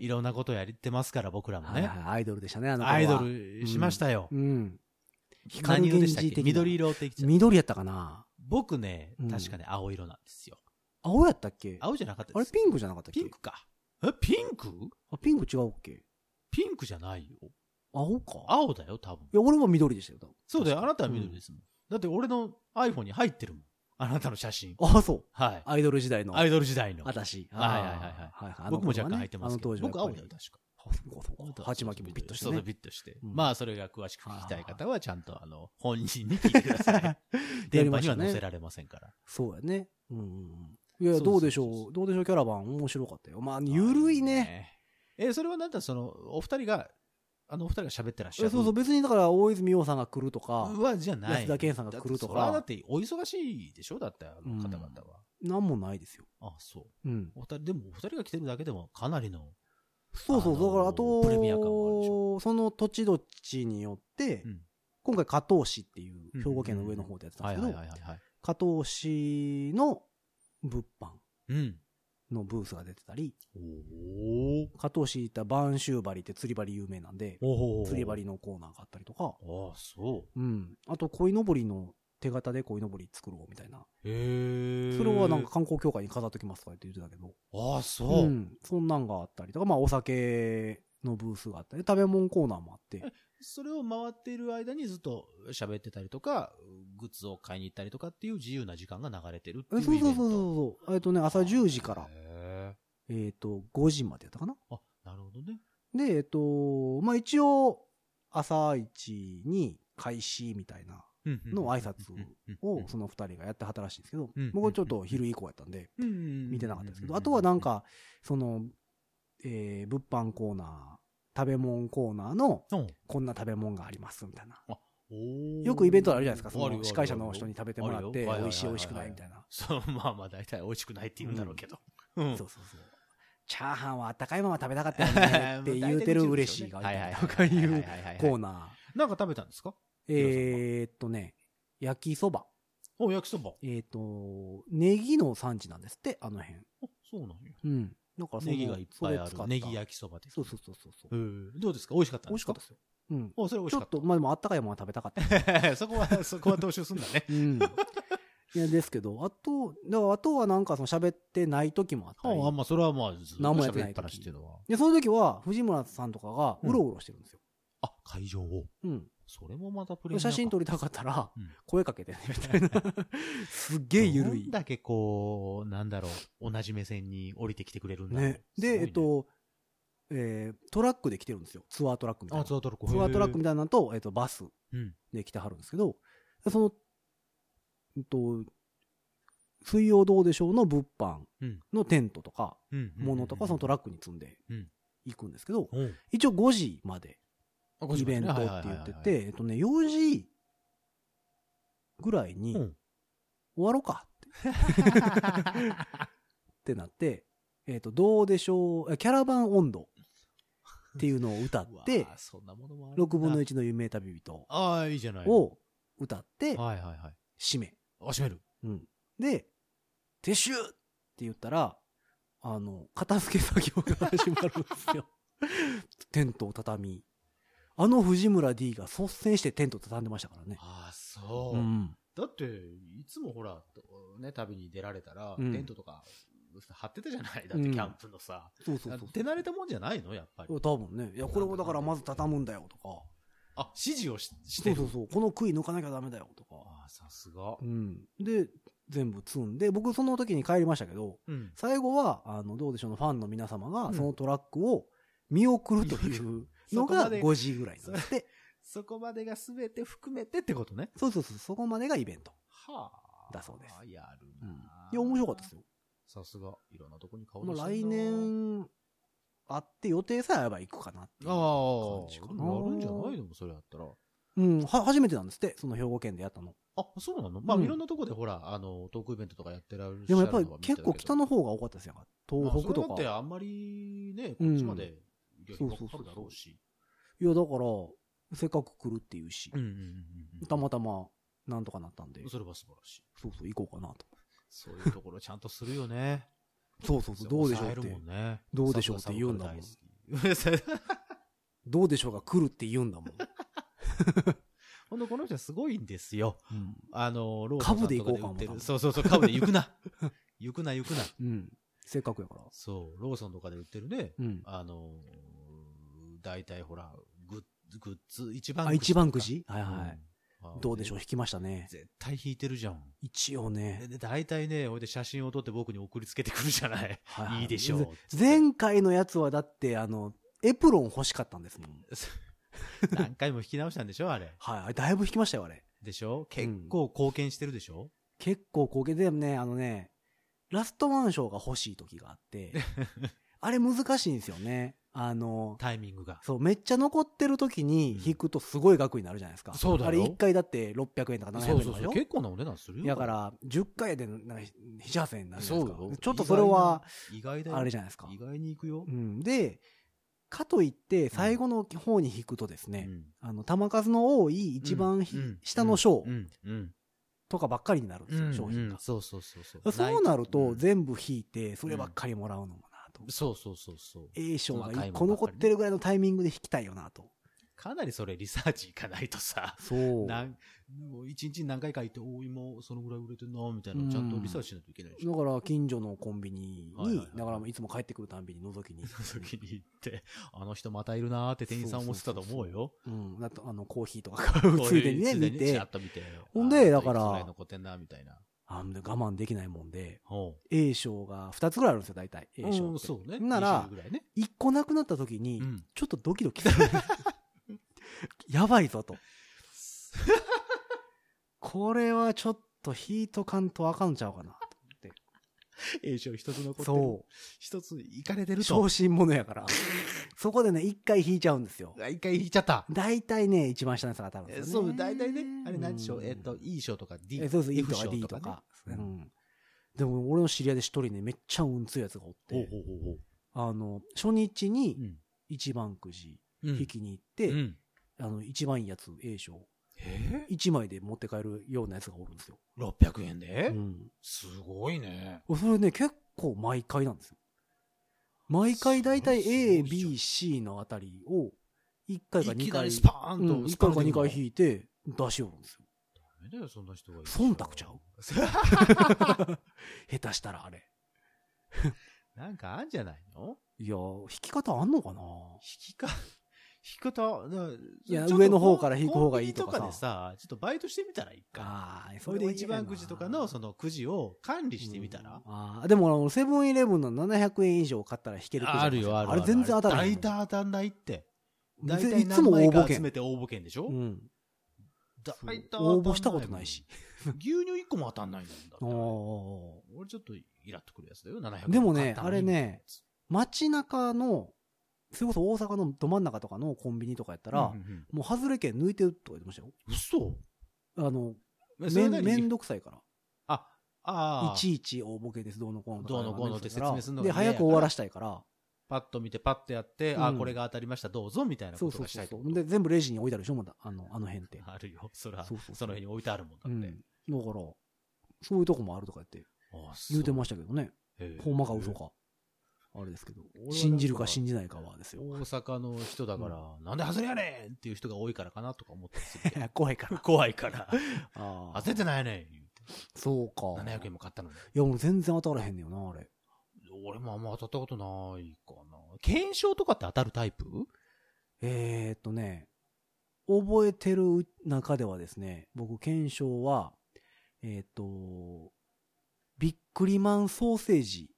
いろんなことやってますから、僕らもね。はいはい、 アイドルでしたね、あの子は。アイドルしましたよ。 うん。うん、 何色でしたっけ？緑色って言ってた。 緑やったかな？ 僕ね、確かね、青色なんですよ。 青やったっけ？ 青じゃなかったです。 あれピンクじゃなかったっけ？ ピンクか。え、ピンク？ あ、ピンク違うっけ？ ピンクじゃないよ。 青か？ 青だよ、多分。 いや、俺は緑でしたよ、多分。 そうだよ、あなたは緑ですもん。うん、だって俺の iPhone に入ってるもん。あなたの写真。 あ、そう。 はい。 アイドル時代の。 アイドル時代の。 私。 はいはいはいはい。はい、僕も若干入ってますけど。あの当時僕青だよ、確か。 鉢巻きもピッとして、 ね。そうそう、ピッとして。うん、まあ、それが詳しく聞きたい方は、ちゃんと、あの、本人に聞いてください。電波には載せられませんから。 そうやね。うんうんうん。いや、どうでしょう。どうでしょう、キャラバン。面白かったよ。まあ、ゆるいね。 え、それはなんだ、その、お二人が、あのお二人が喋ってらっしゃる。 そうそう、別にだから、大泉洋さんが来るとか、 は、じゃない。 安田健さんが来るとか。それはだって、お忙しいでしょだって、あの方々は。 なんもないですよ。 あ、そう。うん。お二人、でも、お二人が来てるだけでも、かなりの、 そうそう、だからあと、プレミア感があるでしょ。その土地土地によって、うん、今回加東市っていう兵庫県の上の方でやってたんですけど、加東市の物販のブースが出てたり、うん、加藤市行った播州針って釣り針有名なんで、釣り針のコーナーがあったりとか、 ああ、そう。 うん。あと、鯉のぼりの手形で鯉のぼり作ろうみたいな。へえ。それはなんか観光協会に飾っときますとかって言ってたけど。 ああ、そう。うん。そんなんがあったりとか、まあお酒のブースがあったり、食べ物コーナーもあって。 それを回っている間にずっと喋ってたりとか、グッズを買いに行ったりとかっていう自由な時間が流れてるっていうイベント。 そうそうそうそう。えっとね、朝じゅうじから、えっと、ごじまでやったかな。 あ、なるほどね。 で、えっと、まあ一応、朝一に開始みたいなの挨拶をその二人がやってはったらしいんですけど、僕はちょっと昼以降やったんで、見てなかったですけど、あとはなんか、その、えー、物販コーナー、食べ物コーナーの、こんな食べ物があります、みたいな。よくイベントあるじゃないですか、その司会者の人に食べてもらって、美味しい美味しくないみたいな。 そう、まあまあ大体美味しくないって言うんだろうけど。そうそうそう。 チャーハンはあったかいまま食べたかったよねって言うてる嬉しいが、とかいうコーナー。なんか食べたんですか？ えーっとね、焼きそば。 お、焼きそば。 えーっと、ネギの産地なんですって、あの辺。 あ、そうなんや。 うん。だからネギがいっぱいある。ネギ焼きそばです。 そうそうそうそう。 どうですか？美味しかったんですか？ 美味しかったですよ。うん。 お、それ美味しかった。 ちょっと、まあでもあったかいものは食べたかった。 そこは、そこは踏襲すんだね。うん。 いや、ですけど、あと、だからあとはなんかその喋ってない時もあったり。 ああ、まあそれはまあ、ずっと喋っぱなしっていうのは。 で、その時は藤村さんとかがうろうろしてるんですよ。 あ、会場を。 うん。 それもまたプレミア写真撮りたかったら、声かけてね、みたいな。すっげえ緩い。 どんだけこう、なんだろう、同じ目線に降りてきてくれるんだろう。ね。 で、えっと、えー、トラックで来てるんですよ。ツアートラックみたいな。 あ、ツアートラック。 ツアートラックみたいなのと、えっと、バスで来てはるんですけど、その、えっと、水曜どうでしょうの物販のテントとか、物とかそのトラックに積んで行くんですけど、一応ごじまでイベントって言ってて、えっとね、よじぐらいに終わろうかってなって、えっと、どうでしょう、キャラバン温度っていうのを歌って、ろくぶんのいちの夢旅人を歌って、締め。 締める。 うん。で、撤収って言ったら、あの、片付け作業が始まるんですよ。テントを畳み。あの藤村 D が率先してテント畳んでましたからね。 ああ、そう。うん、だって、いつもほら、ね、旅に出られたら、うん、テントとか、張ってたじゃない？だってキャンプのさ。 うん、そうそうそう。 手慣れたもんじゃないのやっぱり。 多分ね。いや、これをだからまず畳むんだよとか。 あ、指示をししてる。 そうそうそう。この杭抜かなきゃダメだよとか。 ああ、さすが。 うん。で、全部積んで、僕その時に帰りましたけど、うん、最後は、あの、どうでしょうのファンの皆様が、そのトラックを見送るというのがごじぐらいなんですって。 そこまでが全て含めてってことね。 そうそうそう。そこまでがイベント。はあ。だそうです。 やるな、うん、いや、面白かったですよ。 さすが。いろんなとこに顔出してるな。 来年、あって予定さえあれば行くかなっていう感じかな。 ああ。なるんじゃないのそれやったら。 うん。は、初めてなんですって。その兵庫県でやったの。 あ、そうなの？まあ、うん、いろんなとこでほら、あの、トークイベントとかやってらっしゃるのは。 でもやっぱり結構北の方が多かったですよ。東北とか。 だってあんまりね、こっちまで旅費かかるだろうし。 いや、だから、せっかく来るっていうし、たまたまなんとかなったんで。 それは素晴らしい。 そうそう、行こうかなと。 そういうところちゃんとするよね。 そうそうそう、どうでしょうって。ね、どうでしょうって言うんだもん。どうでしょうが来るって言うんだもん。 ほんとこの人はすごいんですよ。うん、あの、 ローソンとかで売ってる。株で行こうかも。 そうそうそう、株で行くな。行くな行くな。 うん。せっかくやから。 そう、ローソンとかで売ってるね。うん、あの、大体ほら、グッズ、グッズ、一番くじ。あ、 一番くじ？はいはい。うん、どうでしょう、引きましたね。 絶対引いてるじゃん。 一応ね。 で、大体ね、ほいで写真を撮って僕に送りつけてくるじゃない。はい、いいでしょう。 前回のやつはだって、あの、エプロン欲しかったんですもん。 何回も引き直したんでしょあれ。 はい。だいぶ引きましたよ、あれ。 でしょ結構貢献してるでしょ、うん、 結構貢献。でもね、あのね、ラストワン賞が欲しい時があって、あれ難しいんですよね。あの、 タイミングが。 そう、めっちゃ残ってる時に引くとすごい額になるじゃないですか。うん、 そうだよ。 あれいっかいだってろっぴゃくえんとかななひゃくえんとかでしょ。 そうそうそう。結構なお値段するよ。 だから、じゅっかいでなな、なな、はちせんえんになるじゃないですか。そうちょっとそれは、 意外だよ。 あれじゃないですか。 意外に行くよ。 うん。で、かといって、最後の方に引くとですね、うん、あの、玉数の多い一番、うん、下の章とかばっかりになるんですよ、うん、商品が、うん、 そうそうそうそうそうなると全部引いてそればっかりもらうのもなと、 うん、そうそうそうそう A 賞がいっこ残ってるぐらいのタイミングで引きたいよなと。 かなりそれリサーチいかないとさ、 そうなん一日に何回か行って、お今そのぐらい売れてるなみたいな、ちゃんとリサーチしないといけないでしょ。 だから近所のコンビニに、はいはいはい、だからいつも帰ってくるたんびに覗きに覗きに行ってあの人またいるなーって店員さん思ってたと思うよ。 うん、だとあのコーヒーとか買うついでにね見て、ちゃっと見て、ほんでだから残ってんなみたいな。 あ我慢できないもんで、A 賞がふたつぐらいあるんですよ大体 A 賞って。 そうね。 ならいっこなくなった時にちょっとドキドキする。やばいぞと。これはちょっとヒート感とあかんちゃうかなと思って。 A 賞一つ残ってる。 そう。 一ついかれてると。 小心者やから。そこでね、一回引いちゃうんですよ。 一回引いちゃった。 大体ね、一番下のやつが当たるんですよね。 そう、大体ね。あれ何でしょう。えっと、E 賞とか D。 え、そうです。E とか D とか。うん。でも俺の知り合いで一人ね、めっちゃ運強いやつがおって。あの、初日に一番くじ引きに行って、あの、一番いいやつ、A 賞。 えー、いちまいで持って帰るようなやつがおるんですよ。 ろっぴゃくえんで、 うん、 すごいね。 それね、結構毎回なんですよ。毎回だいたい A、B、C のあたりをいっかいかにかい、 スパーンと、うん、 いっかいかにかい引いて出しよるんですよ。 ダメだよ、そんな人がいる。 忖度ちゃう下手したらあれ。 なんかあんじゃないの？ いや、引き方あんのかな？ 引き方引き方、 いや、上の方から引く方がいいとかさ。 コンビニとかでさ、ちょっとバイトしてみたらいいか。ああ、それで一番くじとかのそのくじを管理してみたら、うん、 ああ、でもセブンイレブンのななひゃくえん以上買ったら引けるくじあるよ、あるよ。 あれ全然当たらない。 大体当たんないって。 大体何枚か集めて応募券でしょ？うん。大体応募したことないし。 牛乳いっこも当たんないんだもんだって。俺ちょっとイラっとくるやつだよ、ななひゃくえん。 でもね、あれね、街中の、それこそ大阪のど真ん中とかのコンビニとかやったら、うんうんうん、もう外れ券抜いてるとか言ってましたよ。 嘘？ あの、め, めんどくさいから。 あ、ああ。 いちいち応募券です、どうのこうのとか。 どうのこうのって説明するのが、 ね、で、早く終わらしたいから。 パッと見て、パッとやって、うん、あ、これが当たりました、どうぞ、みたいなことがしたいと。 そうそうそう。で、全部レジに置いてあるでしょ、まだ、あの、あの辺って。 あるよ。そら、そうそうそう、その辺に置いてあるもんだって。うん、だから、 そういうとこもあるとか言って、言うてましたけどね。ほんまか嘘か。あれですけど、信じるか信じないかはですよ。 大阪の人だから、うん、なんで外れやねんっていう人が多いからかなとか思ったりする。 怖いから。 怖いから。外れてないねん言うて。 そうか。 ななひゃくえんも買ったのに。いや、もう全然当たらへんねよな、あれ。 俺もあんま当たったことないかな。検証とかって当たるタイプ？ えーっとね、覚えてる中ではですね、僕検証は、えーっと、ビックリマンソーセージ。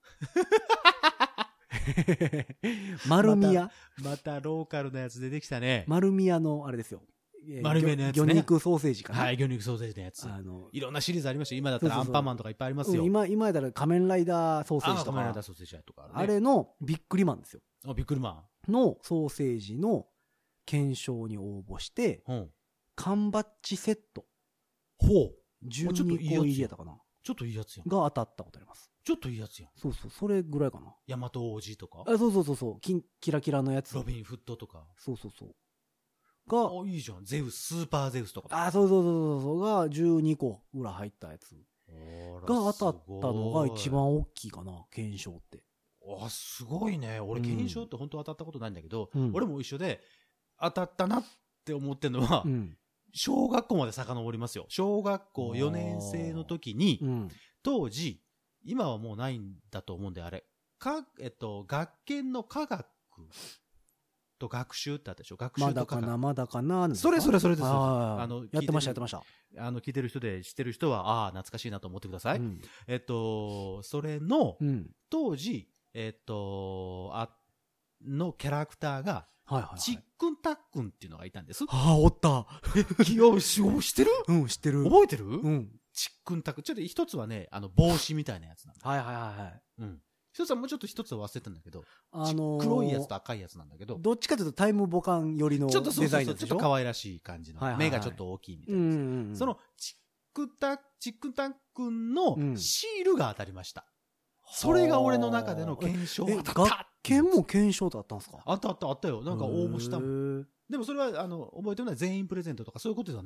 丸宮また、またローカルなやつ出てきたね。 丸宮のあれですよ。 丸宮のやつね。 魚肉ソーセージかな。 はい、魚肉ソーセージのやつ。あの、いろんなシリーズありましたよ。今だったらアンパンマンとかいっぱいありますよ。 今、今やったら仮面ライダーソーセージとか。 仮面ライダーソーセージとか、ね。 あれのビックリマンですよ。 あ、ビックリマン。のソーセージの検証に応募して、うん、缶バッジセット。 ほう。 じゅうにこ入りやったかな。 ちょっといいやつやん。 が当たったことあります。 ちょっといいやつやん。 そうそう、それぐらいかな。 ヤマト王子とか。 あ、そうそうそうそう、キンキラキラのやつ。 ロビンフットとか。 そうそうそう。が、 あ、いいじゃん。ゼウス、スーパーゼウスとか。 あ、そうそうそうそう、がじゅうにこ裏入ったやつ。が当たったのが一番大きいかな、検証って。 あ、すごいね。俺、検証って本当当たったことないんだけど、うん、俺も一緒で、当たったなって思ってるのは、うん、小学校まで遡りますよ。小学校よねん生の時に、うん、当時、今はもうないんだと思うんで、あれ。か、えっと、学研の科学と学習ってあったでしょ？学習と科学。 まだかな、まだかな。 それそれそれです。 あの、やってました、やってました。 あの、聞いてる人で知ってる人は、ああ、懐かしいなと思ってください。うん、えっと、それの、うん、当時、えっと、あ、のキャラクターが、はいはいはい、ちっくんたっくんっていうのがいたんです。 ああ、おった。 いや、知ってる？ うん、知ってる。 覚えてる？ うん。 ちっくんたっくん。ちょっと一つはね、あの、帽子みたいなやつなんだ。 はいはいはいはい。 うん。一つはもうちょっと一つは忘れたんだけど、あのー、黒いやつと赤いやつなんだけど、 どっちかというとタイムボカン寄りのデザインなんでしょ？ちょっとそうそうそう、 ちょっと可愛らしい感じの、はいはいはい、目がちょっと大きいみたいな。うんうんうん、その、ちっくた、ちっくたっくんのシールが当たりました。うん、それが俺の中での検証当たった。 学研も検証だったんですか？ あったあったあったよ。なんか応募したもん。でもそれは、あの、覚えてるのは全員プレゼントとかそういうことではない。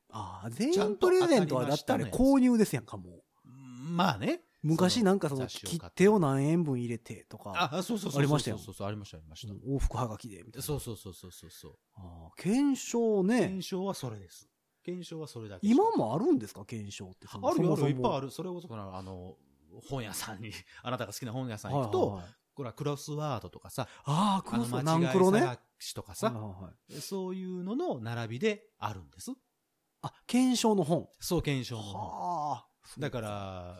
ああ、全員プレゼントはだったら購入ですやんか、もう。 まあね。 昔なんかその切手を何円分入れてとか。 あ、そうそうそう。 ありましたよ。 そうそう、ありました、ありました。 往復はがきで、みたいな。 そうそうそうそうそう。 ああ、検証ね。 検証はそれです。検証はそれだけ。 今もあるんですか、検証って。 あるよ、いっぱいある。それこそかな、あの、本屋さんに、あなたが好きな本屋さん行くと、これはクロスワードとかさ、 ああ、クロスワード、 間違い探しとかさ、そういうのの並びであるんです。 あ、検証の本。 そう、検証の本。だから、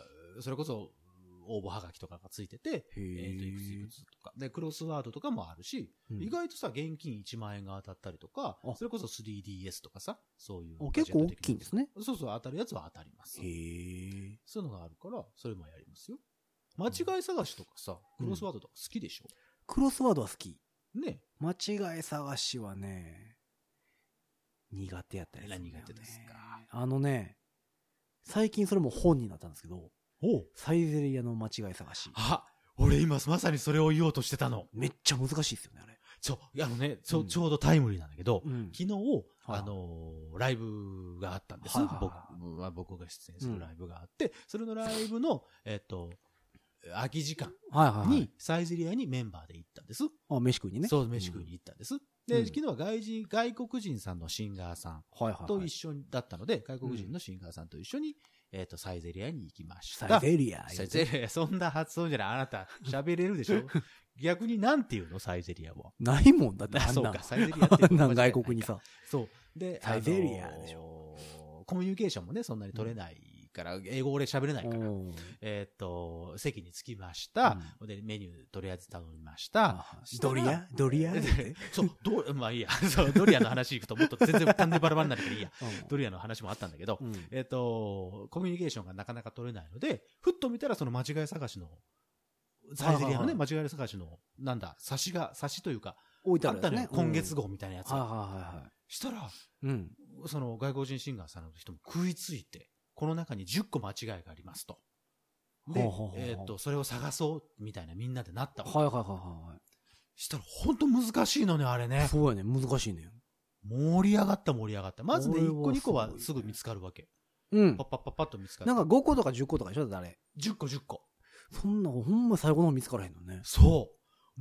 それこそ、応募はがきとかがついてて、えっと、いくついくつとか。で、クロスワードとかもあるし、うん、意外とさ、現金いちまん円が当たったりとか、それこそ スリーディーエス とかさ、そういう。 結構大きいんですね。 そうそう、当たるやつは当たります。 へー。 そういうのがあるから、それもやりますよ。間違い探しとかさ、クロスワードとか好きでしょ、うん、 クロスワードは好き。 ね。 間違い探しはね、苦手やったりする、ね。 苦手ですか。 あのね、最近それも本になったんですけど、 おサイゼリヤの間違い探し。 あ、俺今まさにそれを言おうとしてたの。 めっちゃ難しいですよね、あれ。 ちょ、あのね、ちょ、うん、ちょうどタイムリーなんだけど、うん、昨日、あのー、ライブがあったんです。はあ、僕, まあ、僕が出演するライブがあって、うん、それのライブの、えっと、空き時間に、サイゼリヤにメンバーで行ったんです。 あ、飯食いにね。 そう、飯食いに行ったんです。で、昨日は外人、外国人さんのシンガーさんと一緒だったので、外国人のシンガーさんと一緒に、えっと、サイゼリヤに行きました。 サイゼリヤサイゼリヤ、そんな発音じゃない。あなた、喋れるでしょ逆になんて言うのサイゼリヤは。 ないもんだってあんな。 そうか、サイゼリヤって言うの外国にさ。 そう。で、 サイゼリヤでしょ。 コミュニケーションもね、そんなに取れないから、英語俺喋れないから。えっと、席に着きました。うん、で、メニューとりあえず頼みました。 ドリアドリアそう、ど、まあいいや。そう、ドリアの話行くともっと全然完全バラバラになるからいいや。うん、ドリアの話もあったんだけど、うん、えっと、コミュニケーションがなかなか取れないので、ふっと見たらその間違い探しの、サイゼリヤのね、間違い探しの、なんだ、冊子が、冊子というか、 置いてあるんですね。 今月号みたいなやつ。 はいはいはい。 したら、うん、その外国人シンガーさんの人も食いついて、この中にじゅっこ間違いがありますと。で、えっと、それを探そうみたいなみんなでなったわ。 はいはいはいはい。 したら本当難しいのね、あれね。 そうやね、難しいね。 盛り上がった盛り上がった。まずね、いっこにこはすぐ見つかるわけ。 うん。 パッパッパッパッと見つかる。 なんかごことかじゅっことかでしょだってあれ。 じゅっこじゅっこ。 そんな、ほんま最後の方見つからへんのね。 そう。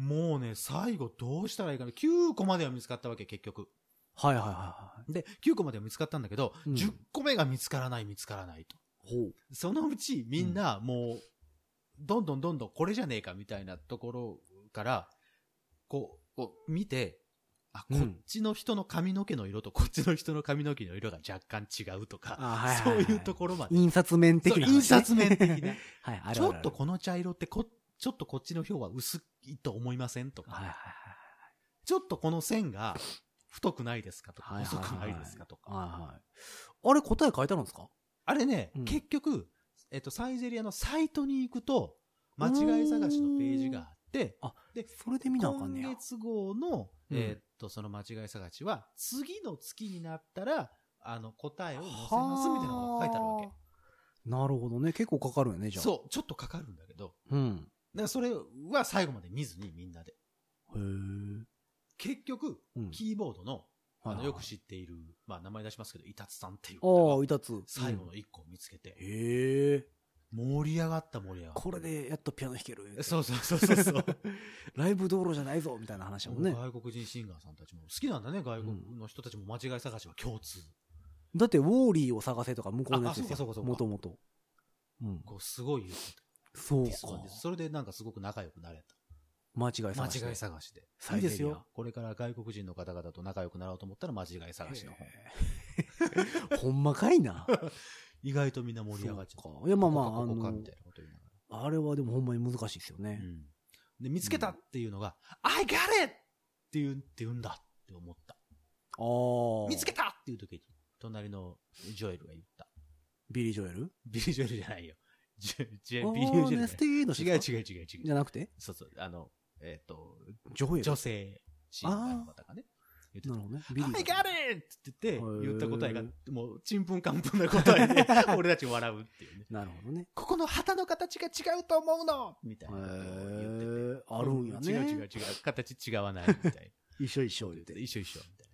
もうね、最後どうしたらいいかな。きゅうこまでは見つかったわけ、結局。 はいはいはいはい。 で、きゅうこまでは見つかったんだけど、うん、じゅっこめが見つからない見つからないと。 ほう。 そのうちみんなもう、どんどんどんどんこれじゃねえかみたいなところから、こう、こう見て、あ、こっちの人の髪の毛の色とこっちの人の髪の毛の色が若干違うとか、そういうところまで。 印刷面的な、 ね。印刷面的な。はい、 あるある。 ちょっとこの茶色ってこ、ちょっとこっちの表は薄いと思いませんとか、はいはいはい、ちょっとこの線が太くないですかとか、細くないですかとか。 はいはい、あれ答え書いてあるんですか？ あれね、うん、結局、えっと、サイゼリヤのサイトに行くと、間違い探しのページがあって、 あ、で、それで見なあかんねや。 今月号の、えー、っと、その間違い探しは、次の月になったら、あの、答えを載せますみたいなのが書いてあるわけ。 なるほどね。結構かかるよね、じゃあ。 そう、ちょっとかかるんだけど。 うん。 だからそれは最後まで見ずにみんなで。 へー。 結局、うん、キーボードの、あの、よく知っている、まあ、名前出しますけど、イタツさんっていう方が。ああ、イタツ。 最後の一個を見つけて。 うん、へえ。 盛り上がった盛り上がった。 これでやっとピアノ弾ける。 そうそうそうそうそう。 ライブ道路じゃないぞ、みたいな話だもんね。 外国人シンガーさんたちも好きなんだね、外国の人たちも間違い探しは共通。 だって、ウォーリーを探せとか向こうのやつですよ。あ、そうかそうか。もともと。 うん。こう、すごい言う。 そうか。 それでなんかすごく仲良くなれた。 間違い探し。 間違い探しで。 いいですよ。 これから外国人の方々と仲良くなろうと思ったら間違い探しの方。ほんまかいな。 意外とみんな盛り上がっちゃう。 いや、まあまあ、あの、あれはでもほんまに難しいですよね。 うん、で、見つけたっていうのが、うん、I got it! って言う、って言うんだって思った。 ああ。 見つけたっていう時に、隣のジョエルが言った。 ビリー・ジョエル？ ビリー・ジョエルじゃないよ。ジョビリー・ジョエル。違う違う違う違う。 じゃなくて？ そうそう。あの、えっと、 ジョエル。 女性シンガーの方がね。 なるほどね。 I got it! って言って、言った答えが、もう、ちんぷんかんぷんな答えで、俺たち笑うっていうね。 なるほどね。 ここの旗の形が違うと思うのみたいなことを言ってて。 あるんやね。 違う違う違う。形違わないみたいな。 一緒一緒言って。 一緒一緒みたい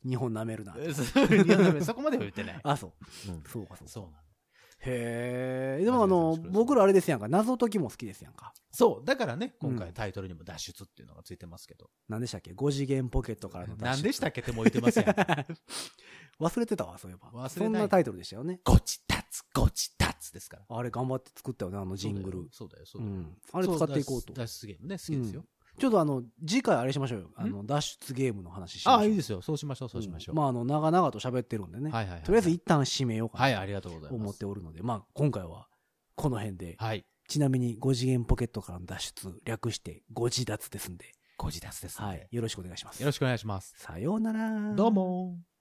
日本舐めるな。 日本舐める。そこまでは言ってない。 あ、そう。うん。そうか、そうか。 そうなの。 へえ。でもあの、僕らあれですやんか。謎解きも好きですやんか。 そう。だからね、今回タイトルにも脱出っていうのがついてますけど。 何でしたっけ ?ご 次元ポケットからの脱出。 何でしたっけってもう言ってますやん。 忘れてたわ、そういえば。 忘れない。 そんなタイトルでしたよね。 ゴチタツ、ゴチタツですから。 あれ頑張って作ったよね、あのジングル。 そうだよ、そうだよ。うん。 あれ使っていこうと。 脱出ゲームね、好きですよ。 ちょっとあの、次回あれしましょうよ。あの、脱出ゲームの話しましょう。 ああ、いいですよ。そうしましょう、そうしましょう。 まあ、あの、長々と喋ってるんでね。 はいはい。 とりあえず一旦締めようかな。 はい、ありがとうございます。 思っておるので、まあ、今回は、この辺で。 はい。 ちなみに、ご次元ポケットからの脱出、略して、ご自脱ですんで。 ご自脱ですんで。 はい。よろしくお願いします。 よろしくお願いします。 さようなら。 どうも。